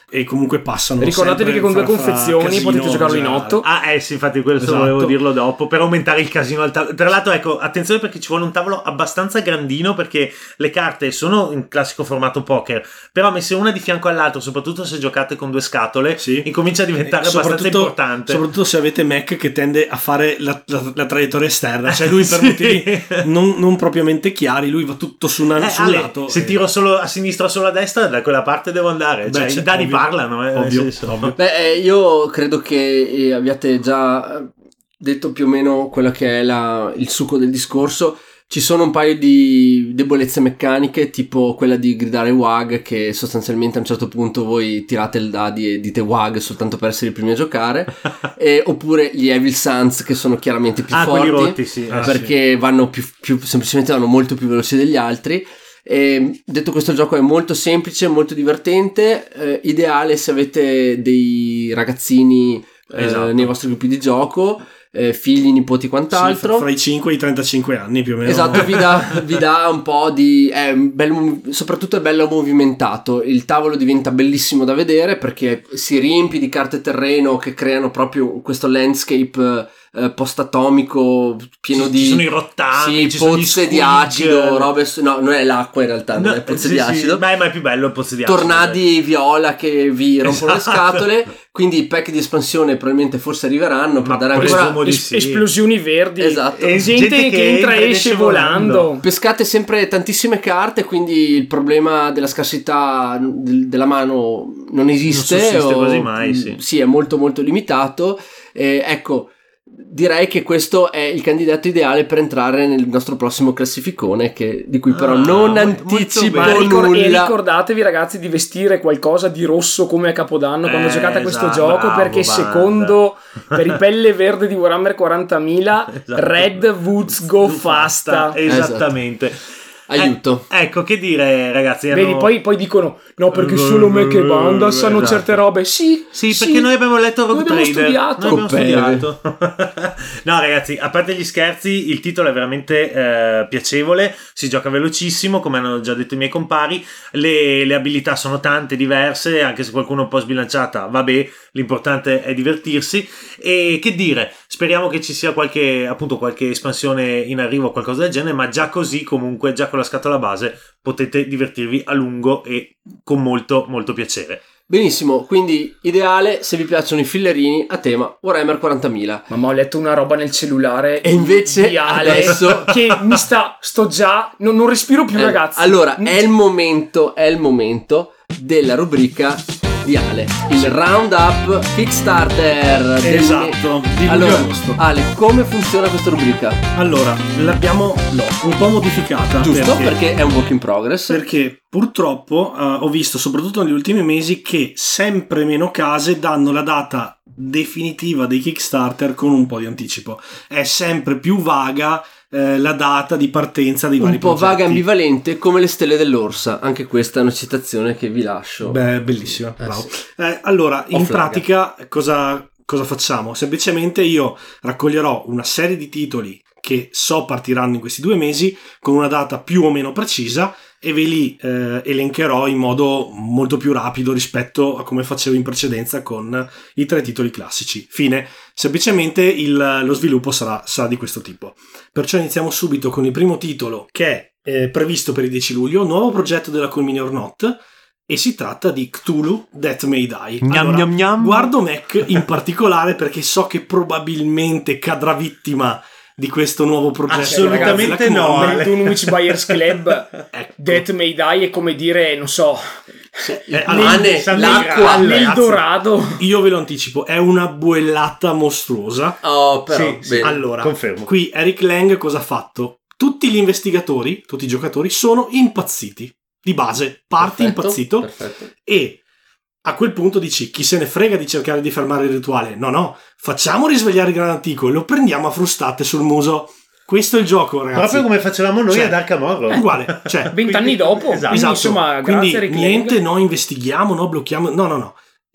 e comunque passano. Ricordatevi che con due confezioni casino, potete giocarlo in otto. Ah, eh sì, infatti questo Esatto. volevo dirlo dopo, per aumentare il casino al tavolo. Tra l'altro, ecco, attenzione perché ci vuole un tavolo abbastanza grandino, perché le carte sono in classico formato poker, però messe una di fianco all'altro, soprattutto se giocate con due scatole, sì. incomincia a diventare Eh, abbastanza soprattutto, importante. soprattutto se avete Mac che tende a fare la, la, la traiettoria esterna, cioè lui per Sì. motivi non, non propriamente chiari, lui va tutto su una, Eh, sul Ale, lato. se e- tiro solo a sinistra o solo a destra, da quella parte devo andare. Cioè, Beh, c'è- i dadi ovvio. parlano, eh, nel Ovvio, senso. ovvio. Beh, eh, io credo che eh, abbiate già detto più o meno quello che è la, il succo del discorso. Ci sono un paio di debolezze meccaniche, tipo quella di gridare W A G, che sostanzialmente a un certo punto voi tirate il dadi e dite W A G soltanto per essere i primi a giocare, e, oppure gli Evil Suns, che sono chiaramente più Ah, forti, quelli rotti, sì. Ah, perché vanno più, più semplicemente vanno molto più veloci degli altri. E, detto questo, il gioco è molto semplice, molto divertente, eh, ideale se avete dei ragazzini eh, Esatto. nei vostri gruppi di gioco, eh, figli, nipoti, Sì, quant'altro. fra, fra i cinque e i trentacinque anni più o meno. Esatto, vi dà, vi dà un po' di... È bello, soprattutto è bello movimentato, il tavolo diventa bellissimo da vedere perché si riempie di carte terreno che creano proprio questo landscape eh, post-atomico pieno Ci- di... ci sono i rottami, sì, ci sono gli pozze di squig. acido, robe... No, non è l'acqua in realtà, non No, è pozze sì, di sì. acido. Beh, ma è più bello il pozzo di acido. Tornadi viola che vi rompono le Esatto. scatole, quindi i pack di espansione probabilmente forse arriveranno per Ma dare presumo ancora... di Es- sì. esplosioni verdi, Esatto. e gente, Gente che, che entra e entra ed esce esce volando. volando. Pescate sempre tantissime carte, quindi il problema della scarsità del- della mano non esiste. Non sussiste o- quasi mai, sì. Sì, è molto molto limitato. Eh, ecco, direi che questo è il candidato ideale per entrare nel nostro prossimo classificone, che, di cui però Ah, non molto- anticipo molto Ma ricor- e nulla. ricordatevi, ragazzi, di vestire qualcosa di rosso come a Capodanno quando Eh, giocate a questo esatto, gioco, bravo, perché banda. secondo per i pelle verde di Warhammer quarantamila Esatto. Red Woods Go Fasta. Esattamente. Aiuto. Eh, ecco, che dire, ragazzi. Vedi, hanno- poi, poi dicono no, perché solo me che banda sanno Esatto. certe robe. Sì, Sì, perché noi abbiamo letto Noi Rogue abbiamo Trader. studiato. Noi abbiamo Coppeve. studiato. No, ragazzi, a parte gli scherzi, il titolo è veramente eh, piacevole. Si gioca velocissimo, come hanno già detto i miei compari. Le, le abilità sono tante, diverse, anche se qualcuno è un po' sbilanciata, vabbè, l'importante è divertirsi. E che dire, speriamo che ci sia qualche, appunto, qualche espansione in arrivo o qualcosa del genere, ma già così, comunque, già con la scatola base, potete divertirvi a lungo e con molto, molto piacere. Benissimo, quindi ideale se vi piacciono i fillerini a tema Warhammer quarantamila. Mamma, ho letto una roba nel cellulare E invece di Ale adesso- che mi sta, sto già, non, non respiro più, Eh, ragazzi. Allora, è il momento, è il momento della rubrica di Ale, il roundup Kickstarter. del- Esatto, di luglio Allora, agosto. Ale, come funziona questa rubrica? Allora, l'abbiamo l'ho un po' modificata. Giusto, perché è un work in progress. Perché purtroppo eh, ho visto, soprattutto negli ultimi mesi, che sempre meno case danno la data definitiva dei Kickstarter con un po' di anticipo. È sempre più vaga eh, la data di partenza dei vari Un po' progetti. vaga e ambivalente come le stelle dell'orsa. Anche questa è una citazione che vi lascio. Beh, bellissima, Eh, bravo. sì. Eh, allora, in flaga. pratica cosa, cosa facciamo? Semplicemente io raccoglierò una serie di titoli che so partiranno in questi due mesi con una data più o meno precisa e ve li eh, elencherò in modo molto più rapido rispetto a come facevo in precedenza con i tre titoli classici. Fine. Semplicemente il, lo sviluppo sarà, sarà di questo tipo. Perciò iniziamo subito con il primo titolo, che è eh, previsto per il dieci luglio, nuovo progetto della Call Me or Not, e si tratta di Cthulhu Death May Die. Gnam, Allora, gnam, gnam. guardo Mac in particolare perché so che probabilmente cadrà vittima di questo nuovo progetto. Assolutamente Black no, Moon. Ale. Nel Dunwich Buyers Club Ecco. Death May Die è come dire, non so, Eh, allora, allora, ne- San l'acqua, Graal, nel ragazzi. Dorado. io ve lo anticipo, è una buellata mostruosa. Oh, però, Sì, sì. bene. Allora, Confermo. qui Eric Lang cosa ha fatto? Tutti gli investigatori, tutti i giocatori sono impazziti. Di base, parti Perfetto, impazzito perfetto. e a quel punto dici chi se ne frega di cercare di fermare il rituale. No, no, facciamo risvegliare il gran antico e lo prendiamo a frustate sul muso. Questo è il gioco, ragazzi. Proprio come facevamo noi Cioè, ad Arkham Horror. È uguale, cioè Vent'anni dopo. Esatto. Quindi, insomma, Quindi grazie Rick niente, Lang. no, investighiamo, no, blocchiamo. No, no, no.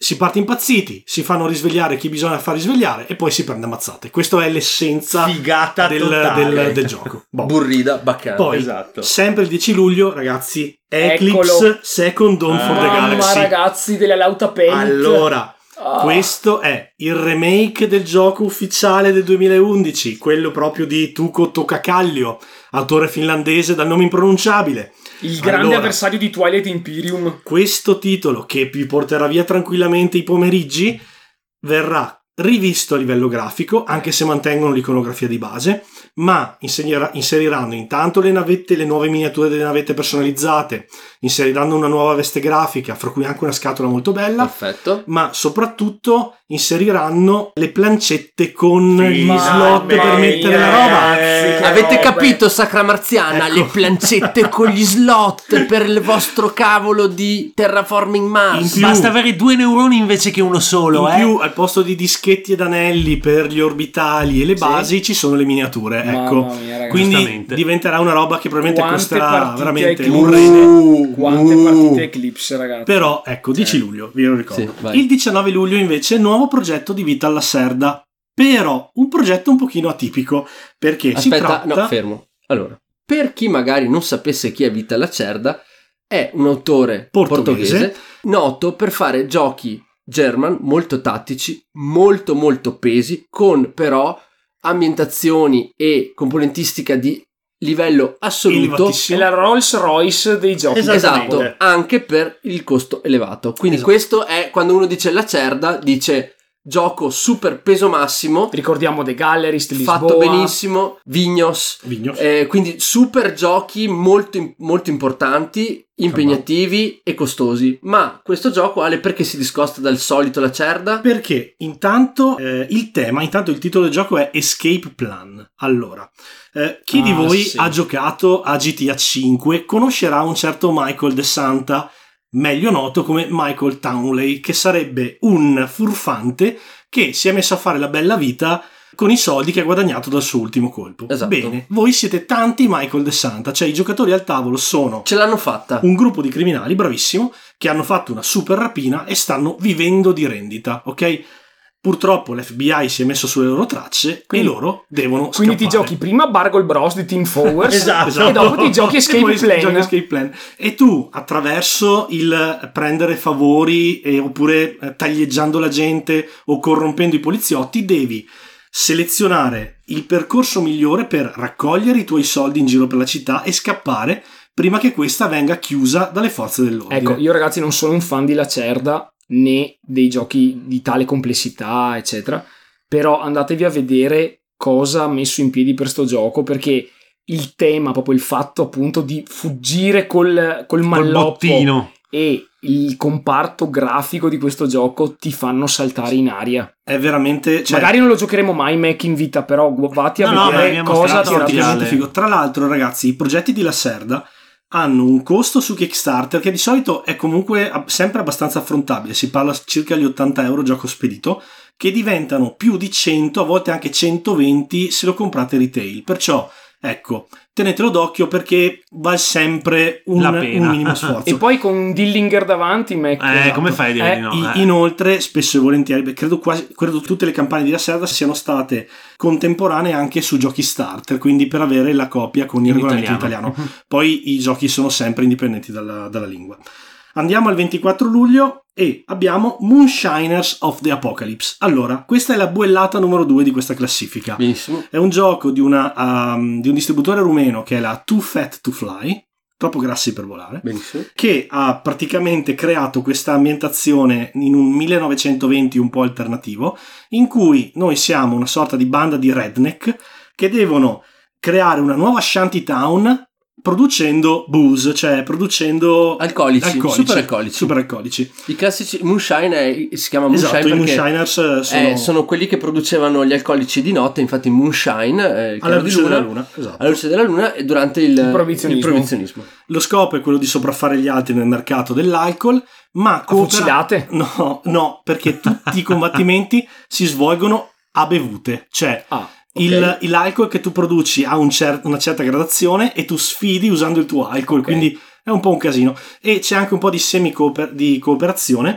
si parte impazziti, si fanno risvegliare chi bisogna far risvegliare e poi si prende ammazzate. Questa è l'essenza Figata del, totale. del, del gioco. Boh. Burrida, baccana. Poi, esatto. sempre il dieci luglio, ragazzi, Eclipse Eccolo. Second Dawn for the Mamma Galaxy. ragazzi della Lauta Paint. Allora, Ah. questo è il remake del gioco ufficiale del duemilaundici, quello proprio di Tuco Tokakallio, autore finlandese dal nome impronunciabile. Il grande Allora, avversario di Twilight Imperium. questo titolo, che vi porterà via tranquillamente i pomeriggi, verrà rivisto a livello grafico, anche se mantengono l'iconografia di base, ma insegnera- inseriranno intanto le navette, le nuove miniature delle navette personalizzate, inseriranno una nuova veste grafica, fra cui anche una scatola molto bella, Perfetto. ma soprattutto inseriranno le plancette con gli Mamma slot per mia, mettere la roba. ragazzi, che Avete robe. capito, Sacra Marziana? Ecco. Le plancette con gli slot per il vostro cavolo di Terraforming Mars. In più- Basta avere due neuroni invece che uno solo, In eh. più, al posto di dischetti ed anelli per gli orbitali e le basi, ci sono le miniature. Ecco, Mamma mia, ragazzi. quindi Giustamente. diventerà una roba che probabilmente Quante costerà partite veramente Eclipse. un rene. Uh, Quante uh. partite Eclipse, ragazzi. Però, ecco, dieci luglio, vi lo ricordo. Sì, vai. Il diciannove luglio, invece, nuovo progetto di Vita alla Serda. Però, un progetto un pochino atipico, perché si Aspetta, tratta... no, fermo. Allora, per chi magari non sapesse chi è Vita Lacerda, è un autore Portoghese. portoghese noto per fare giochi German molto tattici, molto molto pesi, con però ambientazioni e componentistica di livello assoluto. È elevatissimo. la Rolls Royce dei giochi. Esatto. Esatto, Esattamente. anche per il costo elevato. Quindi Esatto. questo è quando uno dice Lacerda, dice gioco super peso massimo, Ricordiamo The Gallerist, Lisboa. fatto benissimo, Vignos, Vigno. eh, quindi super giochi molto, molto importanti, impegnativi e costosi. Ma questo gioco, Ale, perché si discosta dal solito Lacerda? Perché intanto eh, il tema, intanto il titolo del gioco è Escape Plan. Allora, eh, chi di Ah, voi sì. ha giocato a G T A cinque conoscerà un certo Michael De Santa, meglio noto come Michael Townley, che sarebbe un furfante che si è messo a fare la bella vita con i soldi che ha guadagnato dal suo ultimo colpo. Esatto. Bene, voi siete tanti Michael De Santa, cioè i giocatori al tavolo sono Ce l'hanno fatta. un gruppo di criminali, bravissimo, che hanno fatto una super rapina e stanno vivendo di rendita, ok? Purtroppo l'F B I si è messo sulle loro tracce Quindi- e loro devono Quindi ti scappare. giochi prima Bargle Bros di Team Forward Esatto. e dopo ti giochi Escape E poi Plan. giochi Escape Plan. E tu, attraverso il prendere favori e, oppure eh, taglieggiando la gente o corrompendo i poliziotti, devi selezionare il percorso migliore per raccogliere i tuoi soldi in giro per la città e scappare prima che questa venga chiusa dalle forze dell'ordine. Ecco, io ragazzi non sono un fan di Lacerda né dei giochi di tale complessità, eccetera, però andatevi a vedere cosa ha messo in piedi per sto gioco, perché il tema, proprio il fatto appunto di fuggire col, col Col malloppo bottino. e il comparto grafico di questo gioco ti fanno saltare in aria. È veramente... cioè, Magari non lo giocheremo mai Mac in vita, però vatti a No, no, ma vedere mi ha cosa ha mostrato tirato materiale. su. veramente figo. Tra l'altro, ragazzi, i progetti di Lacerda hanno un costo su Kickstarter che di solito è comunque ab- sempre abbastanza affrontabile, si parla circa di ottanta euro gioco spedito, che diventano più di cento, a volte anche centoventi se lo comprate retail. Perciò, ecco, tenetelo d'occhio perché vale sempre un, La pena. un minimo sforzo. E poi con un Dillinger davanti, Mac. Eh, Esatto. come fai a dire Eh, di no? I- Eh. Inoltre, spesso e volentieri, beh, credo quasi credo tutte le campagne di Lacerda siano state contemporanee anche su giochi starter, quindi per avere la copia con il In regolamento in italiano. italiano. Poi i giochi sono sempre indipendenti dalla, dalla lingua. Andiamo al ventiquattro luglio e abbiamo Moonshiners of the Apocalypse. Allora, questa è la buellata numero due di questa classifica. Benissimo. È un gioco di, una, um, di un distributore rumeno che è la Too Fat to Fly, troppo grassi per volare, Benissimo. che ha praticamente creato questa ambientazione in un millenovecentoventi un po' alternativo, in cui noi siamo una sorta di banda di redneck che devono creare una nuova shantytown producendo booze, cioè producendo Alcolici, super alcolici. super alcolici. I classici Moonshine è- si chiama Moonshine Esatto, i perché Moonshiners eh, sono, eh, sono quelli che producevano gli alcolici di notte, infatti Moonshine, eh, il alla chiaro di luce luna, della luna. Esatto. alla luce della luna e durante il, Il proibizionismo. il proibizionismo. Lo scopo è quello di sopraffare gli altri nel mercato dell'alcol, ma A coopera- fucilate? No, no, perché tutti i combattimenti si svolgono a bevute, cioè Ah, il, l'alcol che tu produci ha un cer- una certa gradazione e tu sfidi usando il tuo alcol, Ok. quindi è un po' un casino. E c'è anche un po' di semi di cooperazione,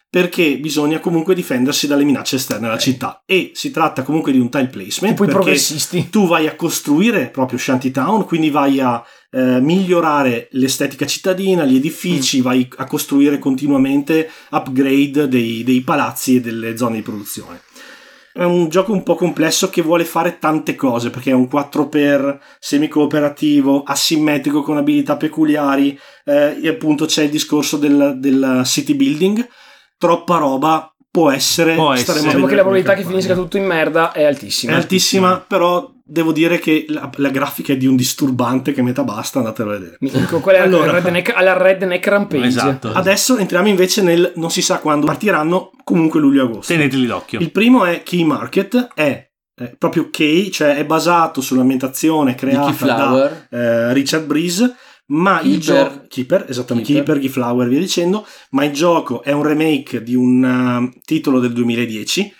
perché bisogna comunque difendersi dalle minacce esterne alla città, e si tratta comunque di un tile placement tipo i perché progressisti. tu vai a costruire proprio Shantytown, quindi vai a eh, migliorare l'estetica cittadina, gli edifici, mm. vai a costruire continuamente upgrade dei, dei palazzi e delle zone di produzione. È un gioco un po' complesso che vuole fare tante cose, perché è un quattro per semi-cooperativo, asimmetrico con abilità peculiari, eh, e appunto c'è il discorso del, del city building. Troppa roba può essere, può essere. Diciamo che la probabilità che finisca tutto in merda è altissima. È altissima, però devo dire che la, la grafica è di un disturbante che metà basta, andatelo a vedere. Ecco, quella è allora, alla redneck, alla redneck rampage. Esatto. Adesso entriamo invece nel non si sa quando partiranno, comunque luglio-agosto. Teneteli d'occhio. Il primo è Key Market, è eh, proprio Key, cioè è basato sull'ambientazione creata da eh, Richard Breeze, ma Keeper. il gioco Keeper, esattamente, Keeper, Keeper Keyflower, via dicendo, ma il gioco è un remake di un uh, titolo del duemiladieci,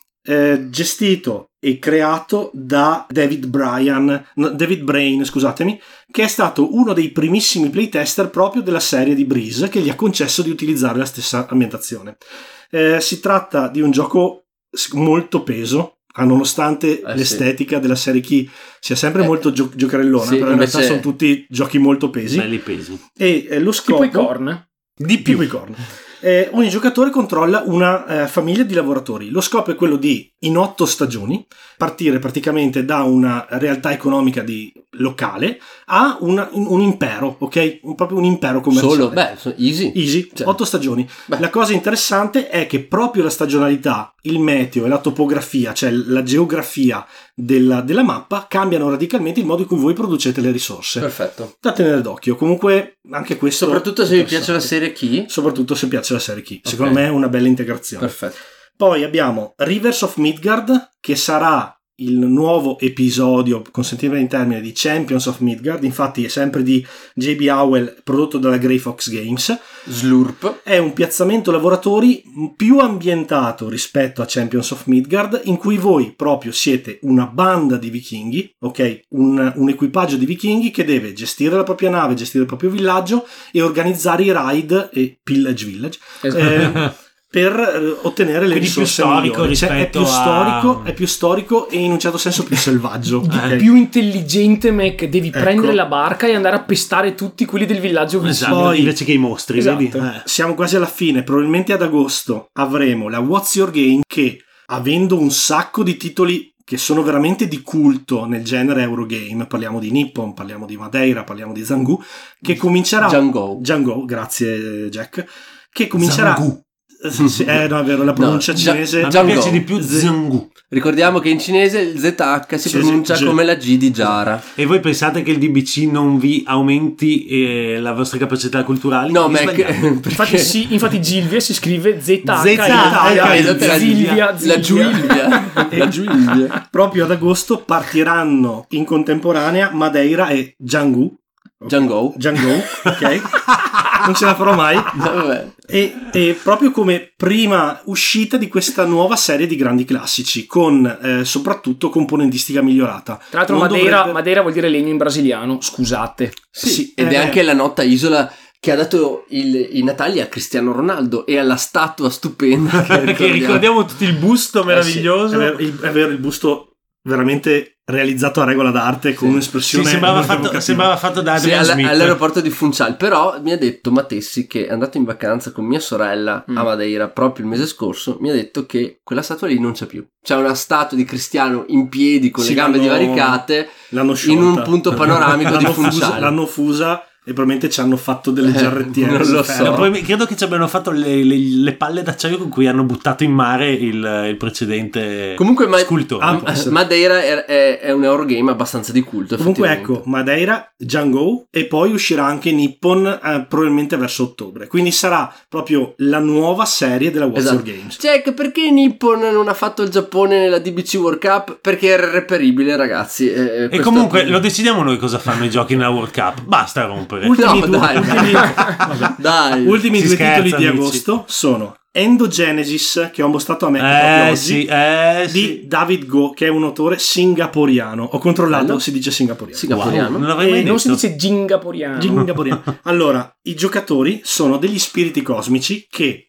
eh, gestito e creato da David Bryan, no, David Brain, scusatemi, che è stato uno dei primissimi playtester proprio della serie di Breeze, che gli ha concesso di utilizzare la stessa ambientazione. Eh, si tratta di un gioco molto peso, nonostante eh, l'estetica sì. della serie Key sia sempre eh, molto gio- giocherellona, sì, però in realtà sono tutti giochi molto pesi. Belli pesi. E eh, lo scopo... Tipo i Korn. Di più. Tipo i Korn. Eh, ogni giocatore controlla una eh, famiglia di lavoratori. Lo scopo è quello di, in otto stagioni, partire praticamente da una realtà economica di locale a una, un impero, ok? Un, proprio un impero commerciale. Solo, beh, easy. Easy, cioè. otto stagioni. Beh. La cosa interessante è che proprio la stagionalità, il meteo e la topografia, cioè la geografia della, della mappa, cambiano radicalmente il modo in cui voi producete le risorse. Perfetto. Da tenere d'occhio. Comunque anche questo... Soprattutto se vi piace la serie Key. Soprattutto se piace la serie Key. Okay. Secondo me è una bella integrazione. Perfetto. Poi abbiamo Rivers of Midgard, che sarà il nuovo episodio, consentitemi in termini, di Champions of Midgard. Infatti è sempre di J B. Howell, prodotto dalla Grey Fox Games. Slurp. È un piazzamento lavoratori più ambientato rispetto a Champions of Midgard, in cui voi proprio siete una banda di vichinghi, ok? Un, un equipaggio di vichinghi che deve gestire la propria nave, gestire il proprio villaggio e organizzare i raid e pillage village. Esatto. Eh, per ottenere le Quindi risorse più storico migliori. Cioè, è più rispetto storico, a... è più storico e in un certo senso più selvaggio. Okay. Più intelligente, Mac. Devi ecco. prendere la barca e andare a pestare tutti quelli del villaggio vicino. Esatto, Poi, invece che i mostri, esatto. vedi? Eh. Siamo quasi alla fine. Probabilmente ad agosto avremo la What's Your Game, che, avendo un sacco di titoli che sono veramente di culto nel genere Eurogame, parliamo di Nippon, parliamo di Madeira, parliamo di Zangu, che comincerà... Django. Django, grazie Jack. Che comincerà... Zangu. Sì, eh, no, è vero, la pronuncia no, cinese. A me piace di più Zangu. Ricordiamo che in cinese il Z H si sì, pronuncia sì, come la G di Jara. E voi pensate che il D B C non vi aumenti eh, la vostra capacità culturale? No, Mac, infatti, sì, infatti Gilvia si scrive Z H Z Zilvia, la Giuilvia. La Giuilvia. Proprio ad agosto partiranno in contemporanea Madeira e Django. Django. Django, ok? Non ce la farò mai. Vabbè. E, e proprio come prima uscita di questa nuova serie di grandi classici, con eh, soprattutto componentistica migliorata. Tra l'altro Madeira, dovrebbe... Madeira vuol dire legno in brasiliano, scusate. Sì, sì ed eh, è anche la nota isola che ha dato il, i Natali a Cristiano Ronaldo e alla statua stupenda che ricordiamo, che ricordiamo tutti il busto meraviglioso. Eh sì, è, vero, il, è vero, il busto veramente realizzato a regola d'arte, con sì. un'espressione sì, sembrava, fatto, sembrava fatto da Adrian sì, Smith all'aeroporto di Funchal. Però mi ha detto Matessi, che è andato in vacanza con mia sorella mm. a Madeira proprio il mese scorso, mi ha detto che quella statua lì non c'è più. C'è una statua di Cristiano in piedi con sì, le gambe divaricate in un punto panoramico di Funchal. L'hanno fusa e probabilmente ci hanno fatto delle giarrettiere. Eh, non lo so. Poi credo che ci abbiano fatto le, le, le palle d'acciaio con cui hanno buttato in mare il, il precedente comunque ma- scultore. Ah, Madeira è, è, è un Eurogame abbastanza di culto. Comunque ecco, Madeira, Django e poi uscirà anche Nippon eh, probabilmente verso ottobre. Quindi sarà proprio la nuova serie della What's esatto. Your Games. Check, perché Nippon non ha fatto il Giappone nella D B C World Cup? Perché era reperibile, ragazzi. Eh, e comunque lo decidiamo noi cosa fanno i giochi nella World Cup. Basta rompere. Ultimi no, due, dai, ultimi, dai. dai. ultimi due scherza, titoli di amici. agosto sono Endogenesis, che ho mostrato a me eh, proprio oggi, sì, eh, di sì. David Go, che è un autore singaporiano. Ho controllato, Bello. si dice singaporiano. Singaporiano. Wow, non l'avrei mai E detto. non si dice gingaporiano. Gingaporiano. Allora, i giocatori sono degli spiriti cosmici che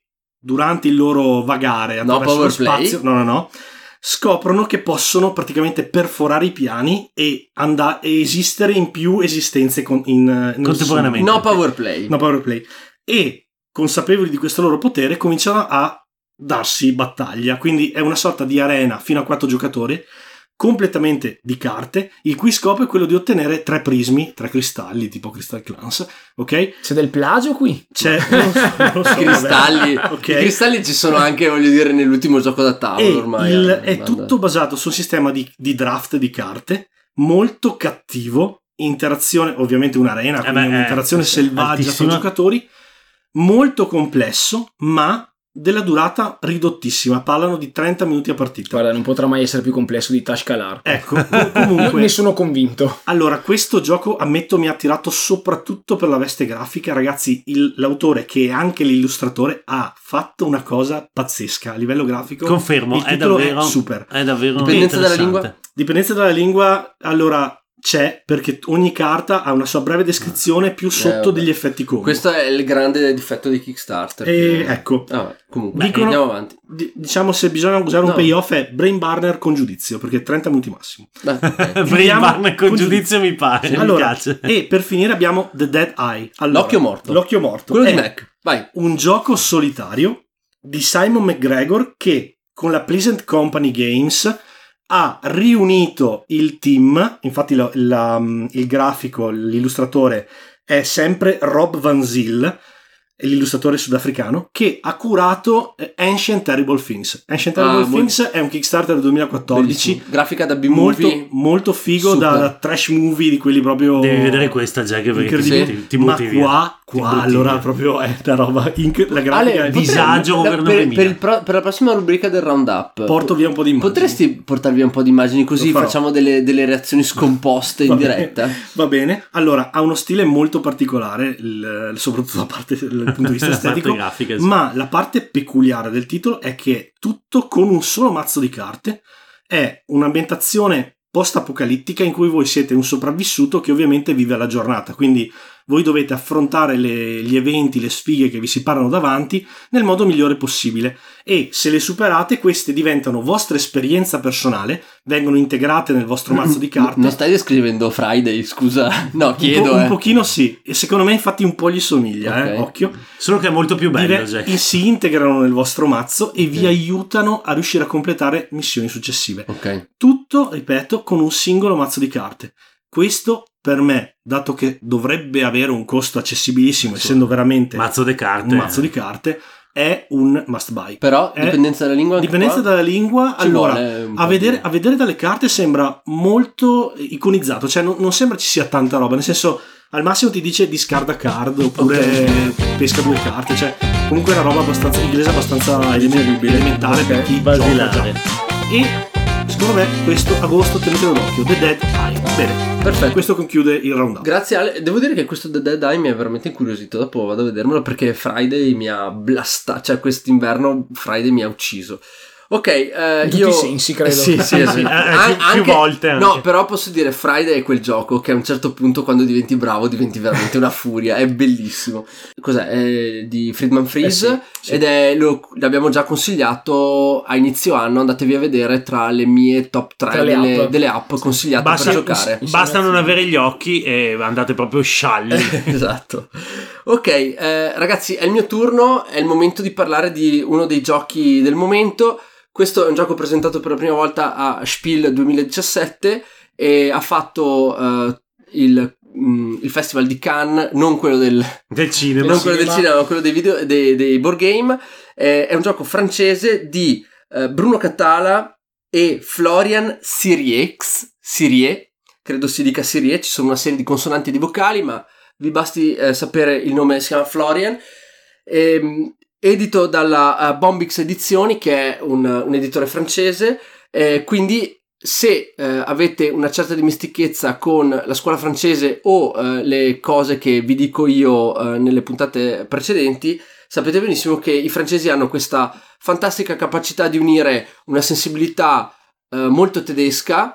durante il loro vagare No, attraverso lo power play? spazio, no no no, scoprono che possono praticamente perforare i piani e, and- e esistere in più esistenze con- in, nello Contemporaneamente. No power play. No power play. E consapevoli di questo loro potere cominciano a darsi battaglia, quindi è una sorta di arena fino a quattro giocatori completamente di carte, il cui scopo è quello di ottenere tre prismi, tre cristalli tipo Crystal Clans, ok? C'è del plagio qui? C'è non so, non so, Cristalli. vabbè. Ok. I cristalli ci sono anche, voglio dire, nell'ultimo gioco da E tavolo ormai. il- eh, è banda. tutto basato sul sistema di, di draft di carte, molto cattivo, interazione, ovviamente un'arena, Eh quindi beh, un'interazione eh, selvaggia altissima. tra giocatori, molto complesso, ma della durata ridottissima, parlano di trenta minuti a partita. Guarda, non potrà mai essere più complesso di Tashkalar. Ecco, com- Io comunque ne sono convinto. allora, questo gioco, ammetto, mi ha attirato soprattutto per la veste grafica. Ragazzi, il- l'autore, che è anche l'illustratore, ha fatto una cosa pazzesca a livello grafico. Confermo, Il è titolo davvero, è super. è davvero Dipendenza dalla interessante. lingua? Dipendenza dalla lingua, allora c'è, perché ogni carta ha una sua breve descrizione più sotto vabbè. degli effetti combo. Questo è il grande difetto di Kickstarter. E che- ecco, Ah, vabbè, comunque, Dicono- andiamo avanti. di- diciamo, se bisogna usare un No. payoff è brain burner con giudizio, perché trenta minuti massimo. Beh, ok. Brain Chiudiamo Burner con con giudizio mi pare, mi Allora, piace. e per finire abbiamo The Dead Eye. Allora, L'occhio morto. L'occhio morto. Quello di È Mac. Vai. un gioco solitario di Simon McGregor che con la Pleasant Company Games ha riunito il team. Infatti la- la- il grafico, l'illustratore è sempre Rob Van Zyl, l'illustratore sudafricano, che ha curato eh, Ancient Terrible Things. Ancient Ah, Terrible molto- Things è un Kickstarter del duemilaquattordici, Bellissimo. Grafica da molto, B-movie. molto figo, Super. da, da trash movie di quelli proprio Devi vedere questa, Jack, perché incredibili. ti, ti Ma butti via. qua, Ti qua butti allora via. proprio è una roba inc- la grafica Ale, è potremmo- disagio da- governo per, femminile. per il pro- per la prossima rubrica del roundup porto via un po' di immagini. potresti portarvi un po' di immagini, così Lo farò. facciamo delle, delle reazioni scomposte in Va bene. diretta. Va bene, allora ha uno stile molto particolare, il- soprattutto da parte dal punto di vista La parte estetico, grafica, sì. ma la parte peculiare del titolo è che è tutto con un solo mazzo di carte, è un'ambientazione post-apocalittica in cui voi siete un sopravvissuto che ovviamente vive la giornata, quindi voi dovete affrontare le- gli eventi, le sfighe che vi si parano davanti nel modo migliore possibile, e se le superate queste diventano vostra esperienza personale, vengono integrate nel vostro mazzo di carte. Non stai descrivendo Friday, scusa? No, chiedo. un, po- un eh. pochino sì, e secondo me infatti un po' gli somiglia, eh, Ok. occhio. Solo che è molto più bello, Dire- Jack. e si integrano nel vostro mazzo e vi aiutano a riuscire a completare missioni successive. Ok. Tutto, ripeto, con un singolo mazzo di carte. Questo per me, dato che dovrebbe avere un costo accessibilissimo, essendo veramente Mazzo de carte. un mazzo di carte, è un must buy. Però È- dipendenza dalla lingua anche Dipendenza qua? dalla lingua, Ci allora, vuole un po' a vedere, di- a vedere dalle carte sembra molto iconizzato, cioè non, non sembra ci sia tanta roba, nel senso al massimo ti dice discarda card oppure pesca due carte, cioè comunque è una roba abbastanza inglese, abbastanza eleme- elementare per chi gioca basilare. già. E secondo me questo agosto tenetelo d'occhio, The Dead Eye. Bene, Perfetto. questo conchiude il roundup. Grazie Ale, devo dire che questo The Dead Eye mi ha veramente incuriosito, dopo vado a vedermelo perché Friday mi ha blastato, cioè quest'inverno Friday mi ha ucciso. Ok, eh, In tutti io... i sensi, credo. Sì, sì, sì. Eh, An- più- più volte anche. No, però posso dire Friday è quel gioco che a un certo punto quando diventi bravo diventi veramente una furia, è bellissimo. Cos'è? È di Friedman Freeze Eh sì, sì. ed è, lo, l'abbiamo già consigliato a inizio anno, andatevi a vedere tra le mie top tre Tra le delle, app. delle app consigliate Basta, per giocare. basta non avere gli occhi e andate proprio scialli. Esatto. Ok, eh, ragazzi, è il mio turno, è il momento di parlare di uno dei giochi del momento. Questo è un gioco presentato per la prima volta a Spiel duemiladiciassette e ha fatto eh, il, mh, il festival di Cannes, non quello del, Del cinema. non quello del cinema. cinema, ma quello dei, video, dei, dei board game. Eh, è un gioco francese di eh, Bruno Catala e Florian Siriex, Sirie, credo si dica Sirie, ci sono una serie di consonanti e di vocali, ma vi basti eh, sapere il nome, si chiama Florian. Ehm, edito dalla uh, Bombix Edizioni, che è un, un editore francese, eh, quindi se eh, avete una certa dimestichezza con la scuola francese o eh, le cose che vi dico io eh, nelle puntate precedenti, sapete benissimo che i francesi hanno questa fantastica capacità di unire una sensibilità eh, molto tedesca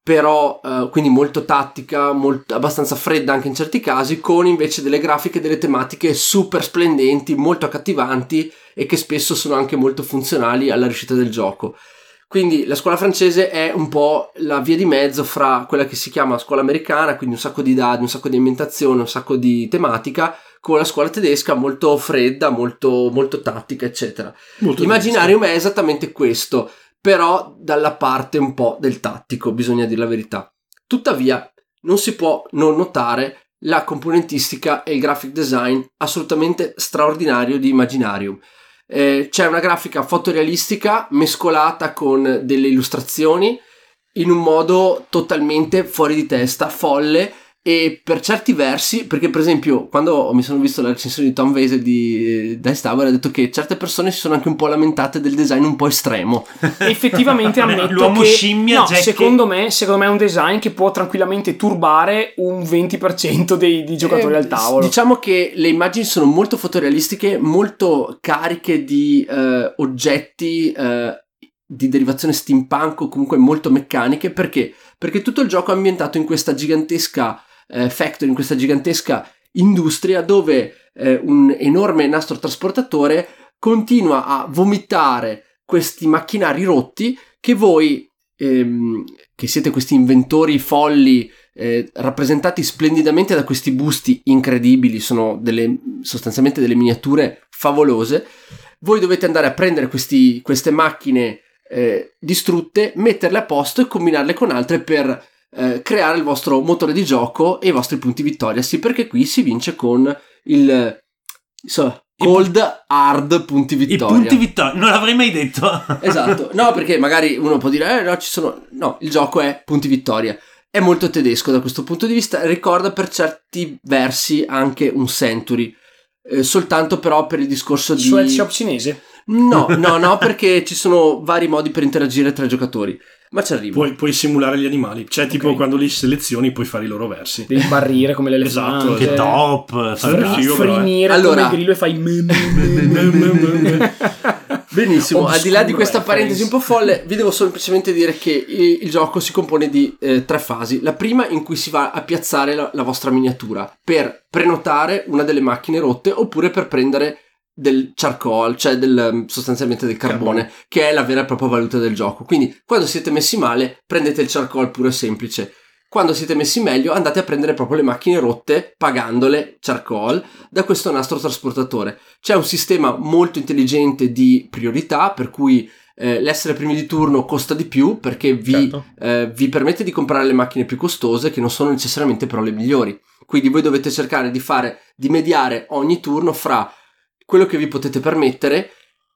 però eh, quindi molto tattica, molto, abbastanza fredda anche in certi casi, con invece delle grafiche e delle tematiche super splendenti, molto accattivanti e che spesso sono anche molto funzionali alla riuscita del gioco. Quindi la scuola francese è un po' la via di mezzo fra quella che si chiama scuola americana, quindi un sacco di dadi, un sacco di ambientazione, un sacco di tematica, con la scuola tedesca molto fredda, molto, molto tattica, eccetera. Molto Imaginarium è esattamente questo, però dalla parte un po' del tattico, bisogna dire la verità. Tuttavia non si può non notare la componentistica e il graphic design assolutamente straordinario di Imaginarium. Eh, c'è una grafica fotorealistica mescolata con delle illustrazioni in un modo totalmente fuori di testa, folle, e per certi versi, perché per esempio quando mi sono visto la recensione di Tom Weisel di Dice Tower ha detto che certe persone si sono anche un po' lamentate del design un po' estremo. Effettivamente ammetto L'uomo che scimmia, no, Jack, secondo me secondo me è un design che può tranquillamente turbare un venti per cento dei, dei giocatori Eh, al tavolo. Diciamo che le immagini sono molto fotorealistiche, molto cariche di eh, oggetti eh, di derivazione steampunk o comunque molto meccaniche. Perché? Perché tutto il gioco è ambientato in questa gigantesca eh, factory, in questa gigantesca industria dove eh, un enorme nastro trasportatore continua a vomitare questi macchinari rotti che voi, ehm, che siete questi inventori folli, eh, rappresentati splendidamente da questi busti incredibili, sono delle, sostanzialmente delle miniature favolose, voi dovete andare a prendere questi, queste macchine eh, distrutte, metterle a posto e combinarle con altre per eh, creare il vostro motore di gioco e i vostri punti vittoria. Sì, perché qui si vince con il so, cold hard punti vittoria. I punti vittoria, non l'avrei mai detto. Esatto, no, perché magari uno può dire eh no, ci sono, no, il gioco è punti vittoria. È molto tedesco da questo punto di vista, ricorda per certi versi anche un Century, eh, soltanto però per il discorso di Sweatshop cinese. No, no, no, perché ci sono vari modi per interagire tra i giocatori. Ma ci arrivo. Puoi, puoi simulare gli animali, cioè tipo Ok. quando li selezioni puoi fare i loro versi. Devi barrire come Esatto, l'elefante. Che top, Fre- fantastico. figo, Frinire Allora- come il grillo e fai me, me, me, me, me, me. Benissimo, al di là di Obscuro questa reference. parentesi un po' folle, vi devo semplicemente dire che il, il gioco si compone di eh, tre fasi. La prima in cui si va a piazzare la, la vostra miniatura per prenotare una delle macchine rotte oppure per prendere del charcoal, cioè del, sostanzialmente del carbone, Carbone. che è la vera e propria valuta del gioco. Quindi quando siete messi male prendete il charcoal puro e semplice. Quando siete messi meglio andate a prendere proprio le macchine rotte pagandole charcoal da questo nastro trasportatore. C'è un sistema molto intelligente di priorità per cui eh, l'essere primi di turno costa di più perché vi, Certo. eh, vi permette di comprare le macchine più costose che non sono necessariamente però le migliori. Quindi voi dovete cercare di fare, di mediare ogni turno fra quello che vi potete permettere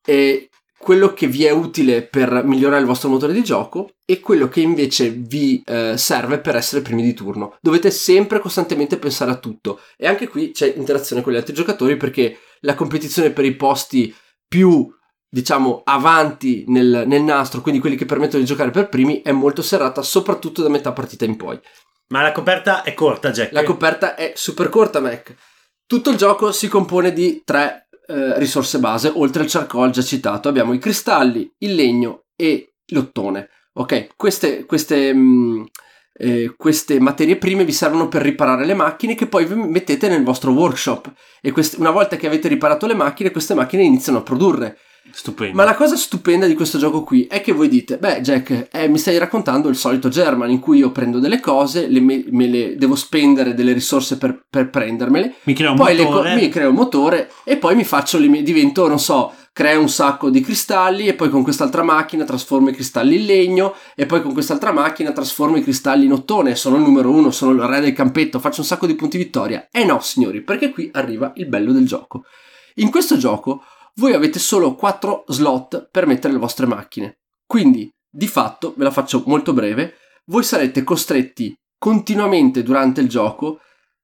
e quello che vi è utile per migliorare il vostro motore di gioco e quello che invece vi eh, serve per essere primi di turno. Dovete sempre costantemente pensare a tutto e anche qui c'è interazione con gli altri giocatori perché la competizione per i posti più, diciamo, avanti nel, nel nastro, quindi quelli che permettono di giocare per primi, è molto serrata, soprattutto da metà partita in poi. Ma la coperta è corta, Jack. La coperta è super corta, Mac. Tutto il gioco si compone di tre Eh, risorse base, oltre al charcoal già citato. Abbiamo i cristalli, il legno e l'ottone. Ok, queste, queste, mh, eh, queste materie prime vi servono per riparare le macchine che poi vi mettete nel vostro workshop e queste, una volta che avete riparato le macchine, queste macchine iniziano a produrre. Stupendo. Ma la cosa stupenda di questo gioco qui è che voi dite, beh Jack, eh, mi stai raccontando il solito German in cui io prendo delle cose, le me, me le devo spendere delle risorse per, per prendermele, Mi crea un poi le motore. co- mi creo un motore e poi mi faccio le mie, divento, non so, creo un sacco di cristalli e poi con quest'altra macchina trasformo i cristalli in legno e poi con quest'altra macchina trasformo i cristalli in ottone, sono il numero uno, sono il re del campetto, faccio un sacco di punti vittoria. E no signori, perché qui arriva il bello del gioco. In questo gioco voi avete solo quattro slot per mettere le vostre macchine. Quindi, di fatto, ve la faccio molto breve, voi sarete costretti continuamente durante il gioco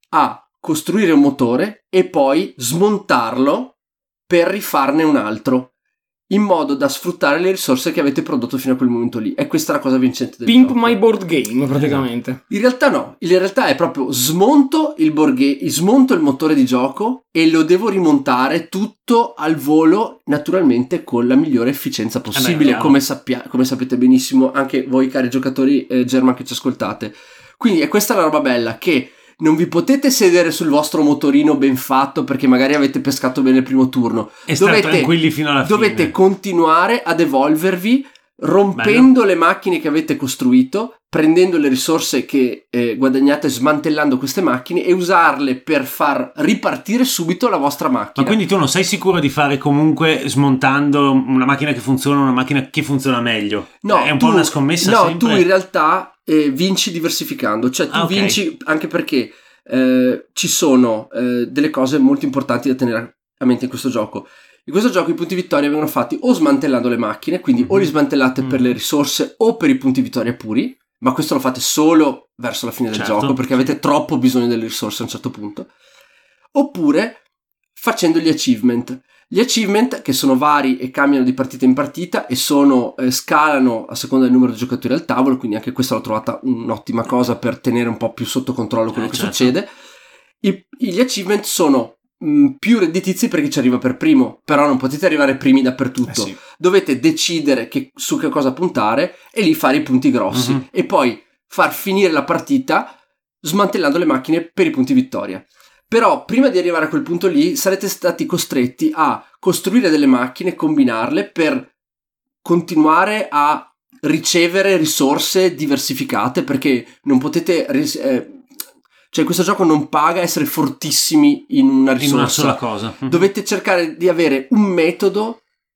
a costruire un motore e poi smontarlo per rifarne un altro. in modo da sfruttare le risorse che avete prodotto fino a quel momento lì. E questa è la cosa vincente del Pimp gioco. my board game, praticamente. In realtà no, in realtà è proprio smonto il board game, smonto il motore di gioco e lo devo rimontare tutto al volo, naturalmente con la migliore efficienza possibile, Eh beh, come, sappia- come sapete benissimo anche voi cari giocatori eh, German che ci ascoltate. Quindi è questa la roba bella, che non vi potete sedere sul vostro motorino ben fatto perché magari avete pescato bene il primo turno. E stare tranquilli fino alla dovete fine. continuare ad evolvervi rompendo Bello. le macchine che avete costruito, prendendo le risorse che eh, guadagnate smantellando queste macchine e usarle per far ripartire subito la vostra macchina. Ma quindi tu non sei sicuro di fare comunque smontando una macchina che funziona, una macchina che funziona meglio? No, è un tu, po' una scommessa no, sempre? tu in realtà eh, vinci diversificando, cioè tu ah, okay. vinci anche perché eh, ci sono eh, delle cose molto importanti da tenere a mente in questo gioco. In questo gioco i punti vittoria vengono fatti o smantellando le macchine, quindi mm-hmm. o li smantellate mm-hmm. per le risorse o per i punti vittoria puri, ma questo lo fate solo verso la fine del certo. gioco perché avete troppo bisogno delle risorse a un certo punto, oppure facendo gli achievement. Gli achievement, che sono vari e cambiano di partita in partita e sono eh, scalano a seconda del numero di giocatori al tavolo, quindi anche questa l'ho trovata un'ottima cosa per tenere un po' più sotto controllo quello eh, che certo. succede. I, gli achievement sono mh, più redditizi per chi ci arriva per primo, però non potete arrivare primi dappertutto. Eh sì. Dovete decidere che, su che cosa puntare e lì fare i punti grossi mm-hmm. e poi far finire la partita smantellando le macchine per i punti vittoria. Però prima di arrivare a quel punto lì sarete stati costretti a costruire delle macchine, combinarle per continuare a ricevere risorse diversificate, perché non potete eh, cioè questo gioco non paga essere fortissimi in una risorsa, in una sola cosa. Dovete cercare di avere un metodo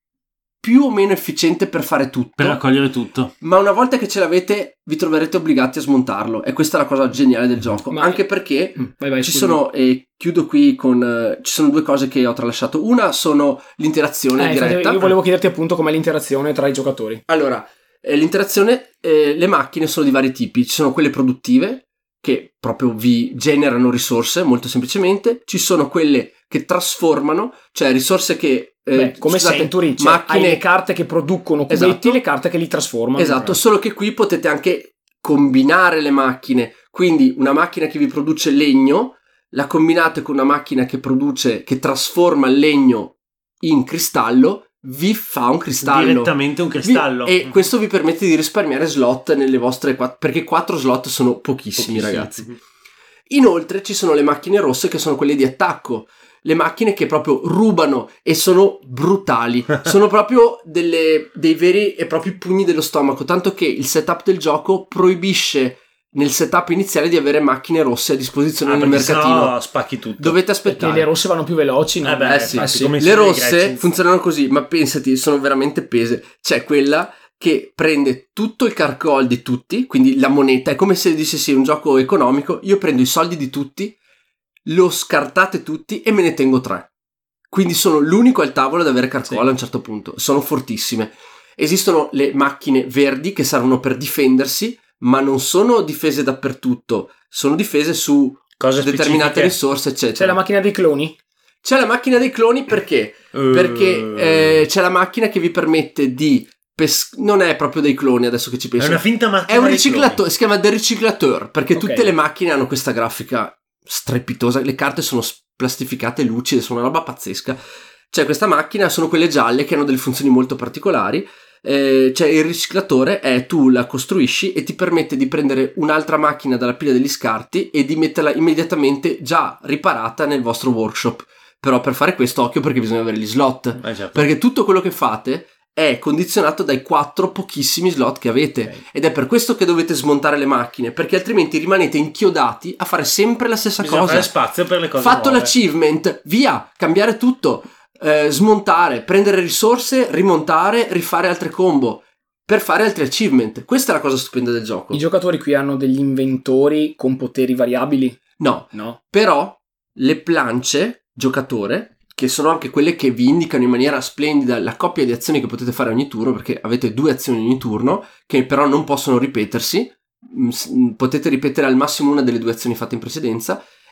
più o meno efficiente per fare tutto, per raccogliere tutto, ma una volta che ce l'avete vi troverete obbligati a smontarlo, e questa è la cosa geniale del gioco. Ma anche perché vai, vai, ci sono, e chiudo qui con uh, ci sono due cose che ho tralasciato. Una sono l'interazione eh, diretta. Io volevo chiederti appunto com'è l'interazione tra i giocatori. Allora, eh, l'interazione, eh, le macchine sono di vari tipi. Ci sono quelle produttive che proprio vi generano risorse molto semplicemente, ci sono quelle che trasformano, cioè risorse che Eh, Beh, come scusate, Century, cioè macchine... hai le carte che producono cubetti, esatto. le carte che li trasformano. Esatto, solo che qui potete anche combinare le macchine, quindi una macchina che vi produce legno la combinate con una macchina che produce, che trasforma il legno in cristallo, vi fa un cristallo, direttamente un cristallo, vi, e questo vi permette di risparmiare slot nelle vostre quattro, perché quattro slot sono pochissimi, pochissimi. ragazzi. Inoltre ci sono le macchine rosse, che sono quelle di attacco, le macchine che proprio rubano e sono brutali, sono proprio delle, dei veri e propri pugni dello stomaco, tanto che il setup del gioco proibisce nel setup iniziale di avere macchine rosse a disposizione ah, nel mercatino. No, spacchi tutto. Dovete aspettare. Perché le rosse vanno più veloci, no? Eh beh, eh sì, sì. Le rosse funzionano così, ma pensati, sono veramente pese. C'è quella che prende tutto il carcol di tutti, quindi la moneta, è come se dicessi un gioco economico, io prendo i soldi di tutti, lo scartate tutti e me ne tengo tre. Quindi sono l'unico al tavolo ad avere carcol sì. a un certo punto. Sono fortissime. Esistono le macchine verdi che servono per difendersi, ma non sono difese dappertutto, sono difese su cose determinate specifiche. risorse, eccetera. C'è la macchina dei cloni? C'è la macchina dei cloni perché? Uh... Perché eh, c'è la macchina che vi permette di pes- non è proprio dei cloni, adesso che ci penso. È una finta macchina. È un riciclatore, si chiama The Recyclateur, perché okay. tutte le macchine hanno questa grafica strepitosa, le carte sono plastificate, lucide, sono una roba pazzesca. C'è questa macchina, sono quelle gialle che hanno delle funzioni molto particolari. Eh, cioè il riciclatore è, tu la costruisci e ti permette di prendere un'altra macchina dalla pila degli scarti e di metterla immediatamente già riparata nel vostro workshop. Però per fare questo occhio, perché bisogna avere gli slot, eh, certo. perché tutto quello che fate è condizionato dai quattro pochissimi slot che avete, okay. ed è per questo che dovete smontare le macchine, perché altrimenti rimanete inchiodati a fare sempre la stessa bisogna cosa. Fare spazio per le cose fatto nuove. L'achievement, via, cambiare tutto. Eh, smontare, prendere risorse, rimontare, rifare altre combo per fare altri achievement. Questa è la cosa stupenda del gioco. I giocatori qui hanno degli inventori con poteri variabili? No, no. Però le plance giocatore, che sono anche quelle che vi indicano in maniera splendida la coppia di azioni che potete fare ogni turno, perché avete due azioni ogni turno che però non possono ripetersi, potete ripetere al massimo una delle due azioni fatte in precedenza,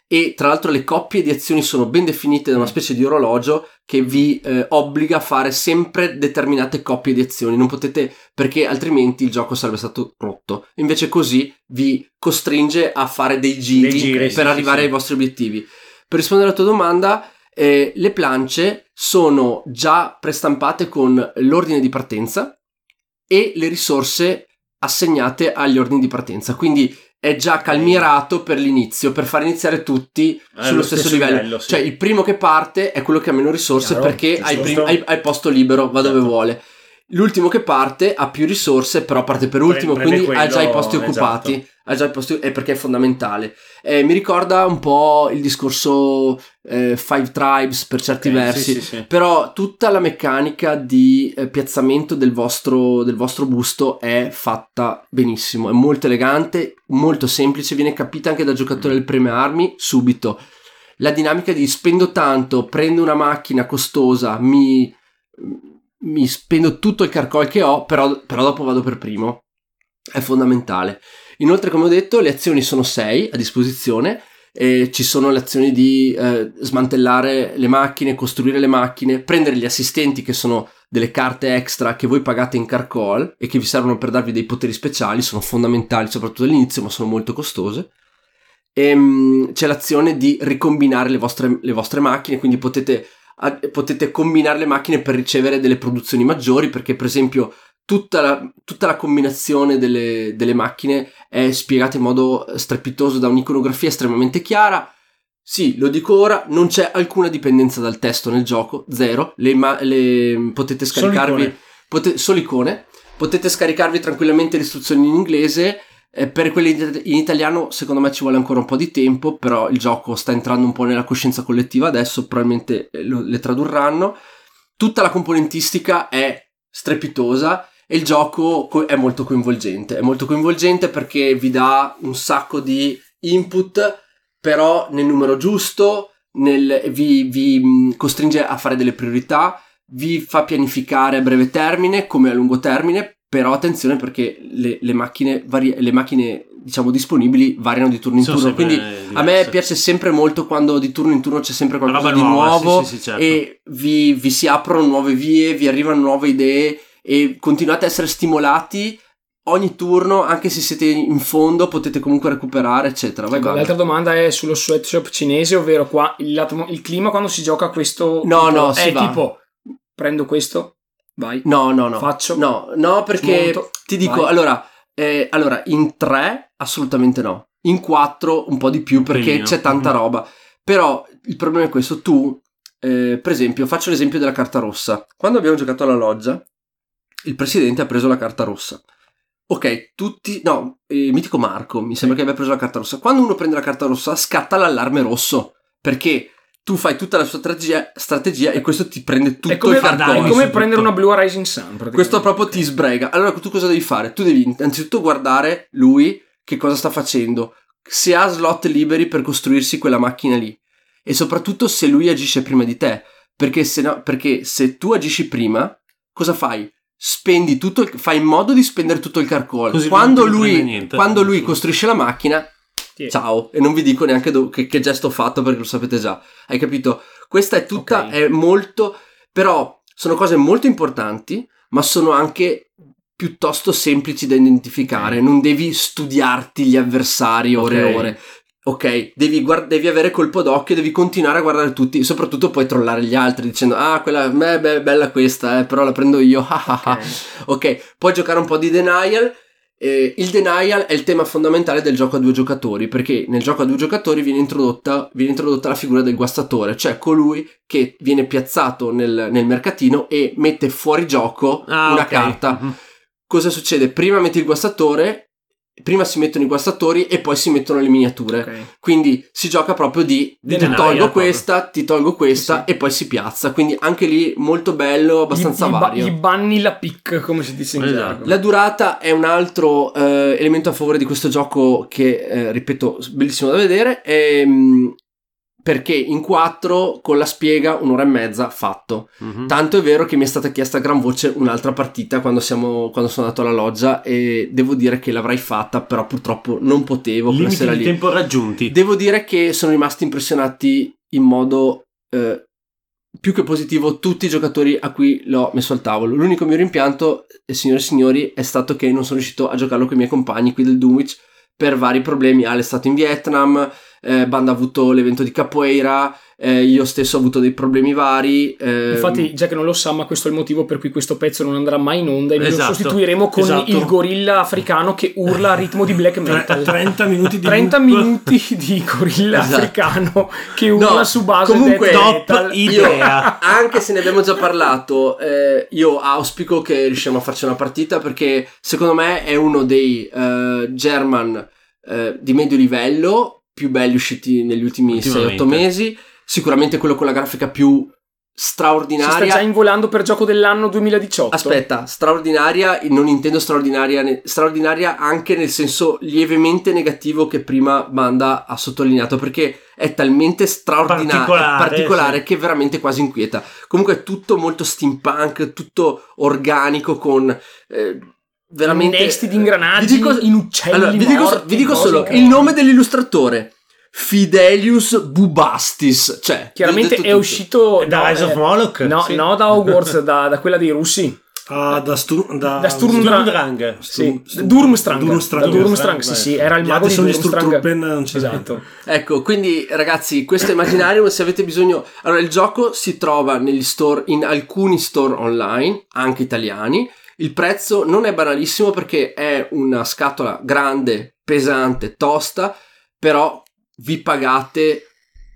e tra l'altro le coppie di azioni sono ben definite da una specie di orologio che vi eh, obbliga a fare sempre determinate coppie di azioni, non potete, perché altrimenti il gioco sarebbe stato rotto. Invece così vi costringe a fare dei giri, Dei giri, per sì, arrivare sì, ai sì. vostri obiettivi. Per rispondere alla tua domanda, eh, le planche sono già prestampate con l'ordine di partenza e le risorse assegnate agli ordini di partenza, quindi è già calmierato per l'inizio, per far iniziare tutti Eh, sullo lo stesso, stesso livello, livello, sì. cioè il primo che parte è quello che ha meno risorse, Chiaro, perché hai, giusto. prim- hai- hai posto libero, va dove Certo. vuole. L'ultimo che parte ha più risorse, però parte per ultimo, Prende quindi ha già i quello, posti occupati, esatto. ha già i posti, è perché è fondamentale. Eh, mi ricorda un po' il discorso eh, Five Tribes per certi Ok, versi, sì, sì, sì. però tutta la meccanica di eh, piazzamento del vostro, del vostro busto è fatta benissimo, è molto elegante, molto semplice, viene capita anche da giocatore del preme armi subito. La dinamica di spendo tanto, prendo una macchina costosa, mi, mi spendo tutto il carcol che ho, però, però dopo vado per primo, è fondamentale. Inoltre, come ho detto, le azioni sono sei a disposizione. E ci sono le azioni di eh, smantellare le macchine, costruire le macchine, prendere gli assistenti, che sono delle carte extra che voi pagate in Carcoal e che vi servono per darvi dei poteri speciali, sono fondamentali soprattutto all'inizio, ma sono molto costose. E, mh, c'è l'azione di ricombinare le vostre, le vostre macchine, quindi potete, a, potete combinare le macchine per ricevere delle produzioni maggiori, perché per esempio Tutta la, tutta la combinazione delle, delle macchine è spiegata in modo strepitoso da un'iconografia estremamente chiara. Sì, lo dico ora, non c'è alcuna dipendenza dal testo nel gioco, zero. Le, ma- le potete scaricarvi Solo icone. pote- solo icone. Potete scaricarvi tranquillamente le istruzioni in inglese. Eh, per quelle in, in italiano secondo me ci vuole ancora un po' di tempo, però il gioco sta entrando un po' nella coscienza collettiva adesso, probabilmente eh, lo, le tradurranno. Tutta la componentistica è strepitosa. E il gioco è molto coinvolgente, è molto coinvolgente perché vi dà un sacco di input, però nel numero giusto, nel, vi, vi costringe a fare delle priorità, vi fa pianificare a breve termine come a lungo termine, però attenzione perché le, le macchine vari, le macchine diciamo disponibili variano di turno in Sono turno, sempre quindi diverse. a me piace sempre molto quando di turno in turno c'è sempre qualcosa Roba di nuova, nuovo, sì, sì, sì, certo. e vi, vi si aprono nuove vie, vi arrivano nuove idee e continuate a essere stimolati ogni turno, anche se siete in fondo potete comunque recuperare, eccetera. Vai, Ecco, vai. l'altra domanda è sullo sweatshop cinese, ovvero qua il, l'atmo- il clima quando si gioca a questo No, tipo, no, è si va. tipo prendo questo, vai, No, no, no. faccio, No, no, perché smonto, ti dico, vai. allora, eh, allora, in tre assolutamente no. In quattro un po' di più Un perché pelino. c'è tanta Mhm. roba. Però il problema è questo, tu, eh, per esempio, faccio l'esempio della carta rossa. Quando abbiamo giocato alla loggia, il presidente ha preso la carta rossa. Ok, tutti... No, eh, mitico Marco, mi sembra che abbia preso la carta rossa. Quando uno prende la carta rossa, scatta l'allarme rosso, perché tu fai tutta la sua strategia, strategia e questo ti prende tutto è come, il cartone. è come su prendere tutto. una Blue Rising Sun praticamente. Questo proprio ti sbrega. Allora tu cosa devi fare? Tu devi innanzitutto guardare lui che cosa sta facendo, se ha slot liberi per costruirsi quella macchina lì, e soprattutto se lui agisce prima di te, perché se, no, perché se tu agisci prima, cosa fai? Spendi tutto, il, fai in modo di spendere tutto il carcol. Così Quando non ti lui, prende niente. quando lui costruisce la macchina, Sì. ciao, e non vi dico neanche do- che, che gesto ho fatto perché lo sapete già. Hai capito? Questa è tutta, Ok. è molto, però sono cose molto importanti, ma sono anche piuttosto semplici da identificare. Ok. Non devi studiarti gli avversari ore e Ok. ore. Ok, devi, guard- devi avere colpo d'occhio, devi continuare a guardare tutti, soprattutto puoi trollare gli altri dicendo ah quella beh, beh, bella questa eh, però la prendo io. Ok. Ok, puoi giocare un po' di denial. Eh, il denial è il tema fondamentale del gioco a due giocatori, perché nel gioco a due giocatori viene introdotta, viene introdotta la figura del guastatore, cioè colui che viene piazzato nel, nel mercatino e mette fuori gioco Ah, una ok. carta. Mhm. Cosa succede? Prima metti il guastatore, prima si mettono i guastatori e poi si mettono le miniature. Ok. Quindi si gioca proprio di ti Denial, tolgo proprio. questa, ti tolgo questa Sì, sì. e poi si piazza. Quindi anche lì molto bello, abbastanza gli, gli ba- vario. gli banni la pick, come si dice in Esatto. gergo. La durata è un altro eh, elemento a favore di questo gioco che, eh, ripeto, bellissimo da vedere. E, mh, perché in quattro con la spiega un'ora e mezza fatto. Mhm. Tanto è vero che mi è stata chiesta a gran voce un'altra partita quando, siamo, quando sono andato alla loggia, e devo dire che l'avrei fatta, però purtroppo non potevo quella Limiti sera di lì. tempo raggiunti. Devo dire che sono rimasti impressionati in modo eh, più che positivo tutti i giocatori a cui l'ho messo al tavolo. L'unico mio rimpianto, eh, signore e signori, è stato che non sono riuscito a giocarlo con i miei compagni qui del Dunwich per vari problemi. Ale è stato in Vietnam, eh, Banda ha avuto l'evento di capoeira, eh, io stesso ho avuto dei problemi vari. eh, Infatti, già che non lo sa, ma questo è il motivo per cui questo pezzo non andrà mai in onda e noi Esatto. lo sostituiremo con Esatto. il gorilla africano che urla a ritmo di black Tre- metal. trenta minuti di trenta loop. minuti di gorilla Esatto. africano che urla No, su base comunque, death top metal. idea. Anche se ne abbiamo già parlato, eh, io auspico che riusciamo a farci una partita, perché secondo me è uno dei eh, German eh, di medio livello più belli usciti negli ultimi sei Ultimamente. otto mesi, sicuramente quello con la grafica più Si sta straordinaria. già involando per gioco dell'anno duemiladiciotto. Aspetta, straordinaria, non intendo straordinaria, ne- straordinaria anche nel senso lievemente negativo che prima Banda ha sottolineato, perché è talmente straordinaria, Particolare, particolare sì. che veramente quasi inquieta. Comunque è tutto molto steampunk, tutto organico con eh, veramente Innesti di ingranaggi Vi dico- in uccelli allora, vi dico, morti, vi dico cose solo incredibili. il nome dell'illustratore: Fidelius Bubastis. Cioè, Chiaramente vi ho detto è tutto. uscito Da no, Rise of eh, Moloch? no, Sì. no da Hogwarts, da, da quella dei russi. Ah, da, Stur- da, Da Sturmdrang. Durmstrang. Sì, Stum- Durmstrang. Durmstrang. Da Durmstrang, sì, sì, era il Gli mago altri di sono gli Durmstrang. Sturmtruppen, non c'è Esatto. niente. Ecco, quindi ragazzi, questo è Imaginarium. Se avete bisogno, allora il gioco si trova negli store, in alcuni store online, anche italiani. Il prezzo non è banalissimo perché è una scatola grande, pesante, tosta, però vi pagate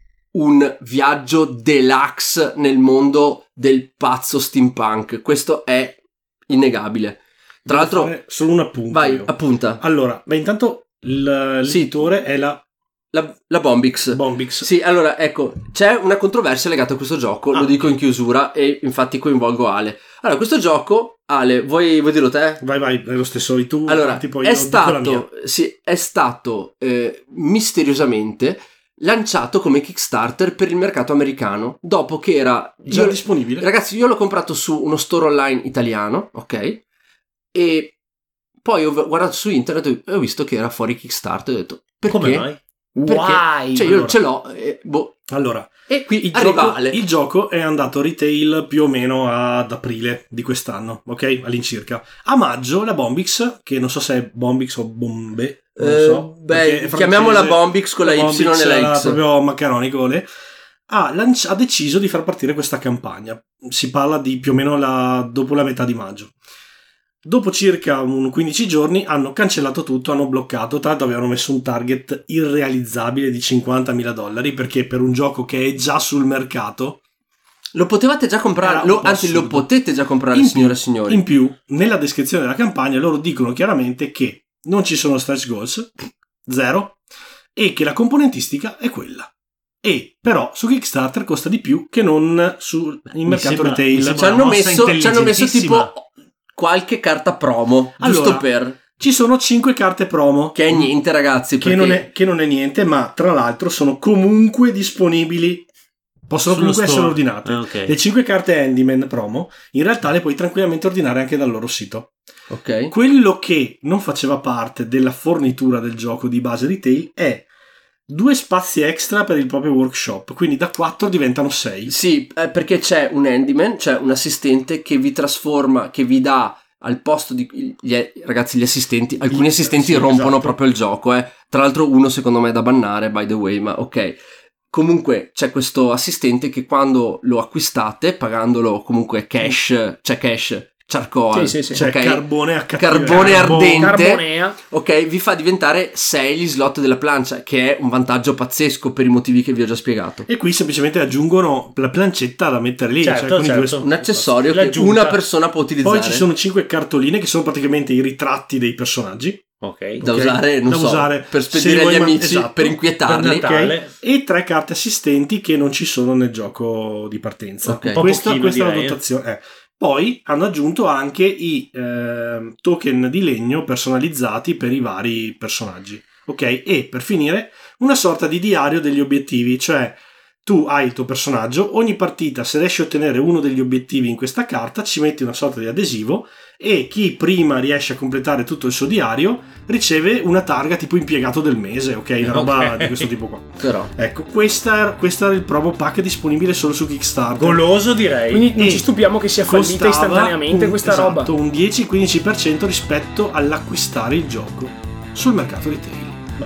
un viaggio deluxe nel mondo del pazzo steampunk. Questo è innegabile. Tra Devo l'altro, fare solo un appunto. vai, io. appunta. Allora, beh, intanto il Sì. l'editore è la La, la Bombix. Bombix. Sì, allora, ecco, c'è una controversia legata a questo gioco, Ah, lo dico ok. in chiusura e infatti coinvolgo Ale. Allora, questo gioco, Ale, vuoi, vuoi dirlo te? Vai, vai, è lo stesso. Tu, Allora, tipo, è io dico la mia. stato, sì, è stato eh, misteriosamente lanciato come Kickstarter per il mercato americano, dopo che era... Già io- disponibile? Ragazzi, io l'ho comprato su uno store online italiano, ok? E poi ho guardato su internet e ho visto che era fuori Kickstarter e ho detto, perché? Come mai? Perché? Why? Cioè io Allora. ce l'ho e, boh. Allora, E qui il arriva gioco, Ale. il gioco è andato retail più o meno ad aprile di quest'anno, ok? All'incirca. A maggio la Bombix, che non so se è Bombix o Bombe, non lo Eh, so. perché beh, è francese, chiamiamola Bombix con la Y Bombix e la era X. proprio maccaronico, le- ha, lanci- ha deciso di far partire questa campagna. Si parla di più o meno la- dopo la metà di maggio. Dopo circa un quindici giorni hanno cancellato tutto, hanno bloccato, tra l'altro avevano messo un target irrealizzabile di cinquantamila dollari, perché per un gioco che è già sul mercato, Lo potevate già comprare, Era un lo- po' anzi lo assurdo. potete già comprare, In signore e più- signori. in più, nella descrizione della campagna loro dicono chiaramente che non ci sono stretch goals, zero, e che la componentistica è quella. E però su Kickstarter costa di più che non sul in mercato sembra- mi retail. sembra- Ci hanno, una mossa messo, ci hanno messo tipo intelligentissima. qualche carta promo, Allora, giusto per... Ci sono cinque carte promo. Che è niente, ragazzi, Che perché... non è, che non è niente, ma tra l'altro sono comunque disponibili. Possono Sullo comunque essere store. ordinate. Ah, ok. Le cinque carte Handyman promo in realtà le puoi tranquillamente ordinare anche dal loro sito. Ok. Quello che non faceva parte della fornitura del gioco di base retail è due spazi extra per il proprio workshop, quindi da quattro diventano sei. Sì, eh, perché c'è un handyman, c'è un assistente che vi trasforma, che vi dà al posto di... Gli, ragazzi, gli assistenti, alcuni assistenti sì, rompono esatto. proprio il gioco, eh. Tra l'altro uno secondo me è da bannare, by the way, ma ok. Comunque c'è questo assistente che quando lo acquistate, pagandolo comunque cash, cioè cash, charcoal, Sì, sì, sì. Cioè ok? carbone a Carbone cattiveria. ardente. Carbonea. Ok, vi fa diventare sei gli slot della plancia, che è un vantaggio pazzesco per i motivi che vi ho già spiegato. E qui semplicemente aggiungono la plancetta da mettere lì. Certo, cioè con i due- certo. Un accessorio che L'aggiunta. una persona può utilizzare. Poi ci sono cinque cartoline che sono praticamente i ritratti dei personaggi. Ok. da ok? usare, non Da so, usare per se spedire vuoi agli ma- amici, esatto, per inquietarli. per Natale. Ok? E tre carte assistenti che non ci sono nel gioco di partenza. Ok. Un po' Questa, pochino, questa è la direi, eh. dotazione. eh. Poi hanno aggiunto anche i ehm, token di legno personalizzati per i vari personaggi. Ok? E per finire, una sorta di diario degli obiettivi, cioè tu hai il tuo personaggio, ogni partita se riesci a ottenere uno degli obiettivi in questa carta ci metti una sorta di adesivo e chi prima riesce a completare tutto il suo diario riceve una targa tipo impiegato del mese, ok? Una roba Okay. di questo tipo qua. Però Ecco, questa, questo era il promo pack disponibile solo su Kickstarter. Goloso, direi. Quindi non E ci stupiamo che sia fallita costava istantaneamente un- questa esatto, roba. un dieci-quindici per cento rispetto all'acquistare il gioco sul mercato retail.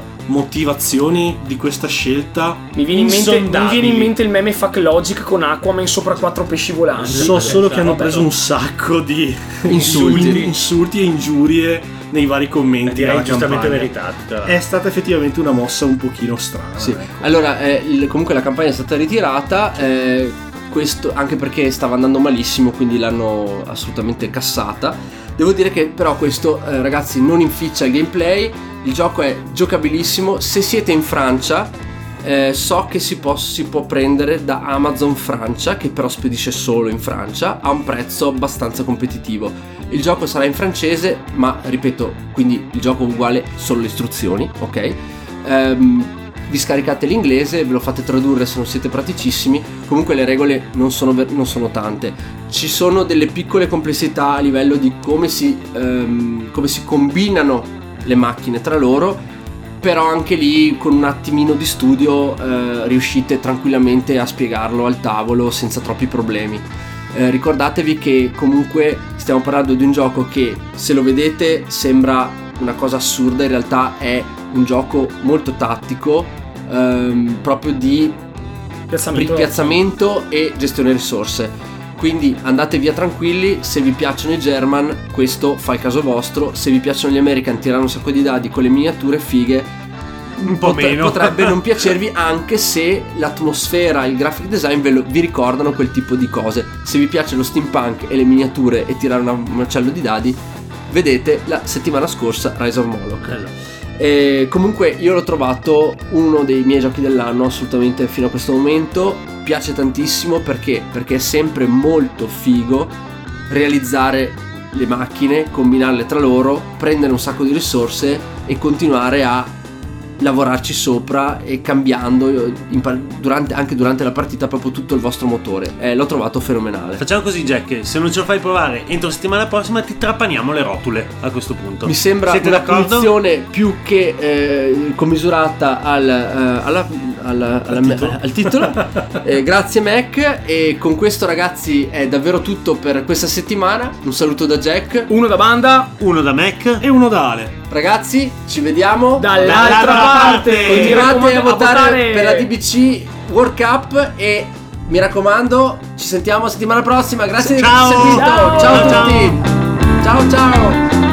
Motivazioni di questa scelta? Mi viene, in mente, mi Insondabili. viene in mente il meme Fuck Logic con Aquaman sopra quattro pesci volanti. So solo che hanno Vabbè, preso no. un sacco di Insulti. insulti e ingiurie nei vari commenti. Direi alla giustamente campagna. meritato. È stata effettivamente una mossa un pochino strana. sì. ecco. Allora, eh, il- comunque la campagna è stata ritirata, eh, questo anche perché stava andando malissimo, quindi l'hanno assolutamente cassata. Devo dire che però questo, eh, ragazzi, non inficia il gameplay, il gioco è giocabilissimo. Se siete in Francia, eh, so che si può, si può prendere da Amazon Francia, che però spedisce solo in Francia, a un prezzo abbastanza competitivo. Il gioco sarà in francese, ma ripeto, quindi il gioco è uguale, solo le istruzioni, ok? Ehm, vi scaricate l'inglese, ve lo fate tradurre se non siete praticissimi. Comunque le regole non sono, ver- non sono tante. Ci sono delle piccole complessità a livello di come si, ehm, come si combinano le macchine tra loro, però anche lì con un attimino di studio eh, riuscite tranquillamente a spiegarlo al tavolo senza troppi problemi. Eh, ricordatevi che comunque stiamo parlando di un gioco che, se lo vedete, sembra una cosa assurda, in realtà è un gioco molto tattico, ehm, proprio di Piazzamento. piazzamento e gestione risorse. Quindi andate via tranquilli. Se vi piacciono i German, questo fa il caso vostro. Se vi piacciono gli American, tirare un sacco di dadi con le miniature fighe, Un po' potre- meno. potrebbe non piacervi, anche se l'atmosfera, il graphic design ve lo- vi ricordano quel tipo di cose. Se vi piace lo steampunk e le miniature e tirare una- un macello di dadi, vedete la settimana scorsa Rise of Moloch. E comunque io l'ho trovato uno dei miei giochi dell'anno assolutamente fino a questo momento. Piace tantissimo perché perché è sempre molto figo realizzare le macchine, combinarle tra loro, prendere un sacco di risorse e continuare a lavorarci sopra e cambiando in par- durante, anche durante la partita proprio tutto il vostro motore. Eh, l'ho trovato fenomenale. Facciamo così, Jack, se non ce lo fai provare entro settimana prossima ti trapaniamo le rotule a questo punto. Mi sembra Siete una d'accordo? punizione più che eh, commisurata al, eh, alla, alla- alla- titolo. al titolo. Eh, grazie Mac, e con questo, ragazzi, è davvero tutto per questa settimana. Un saluto da Jack. Uno da banda, Uno da Mac. E uno da Ale. Ragazzi, ci vediamo dall'altra Dall'altra parte. parte. Mi Continuate raccomando, a votare, votare. per la D B C World Cup e mi raccomando, ci sentiamo settimana prossima. Grazie di Ciao. averci sentito. Ciao. Ciao a Ciao. tutti. Ciao ciao.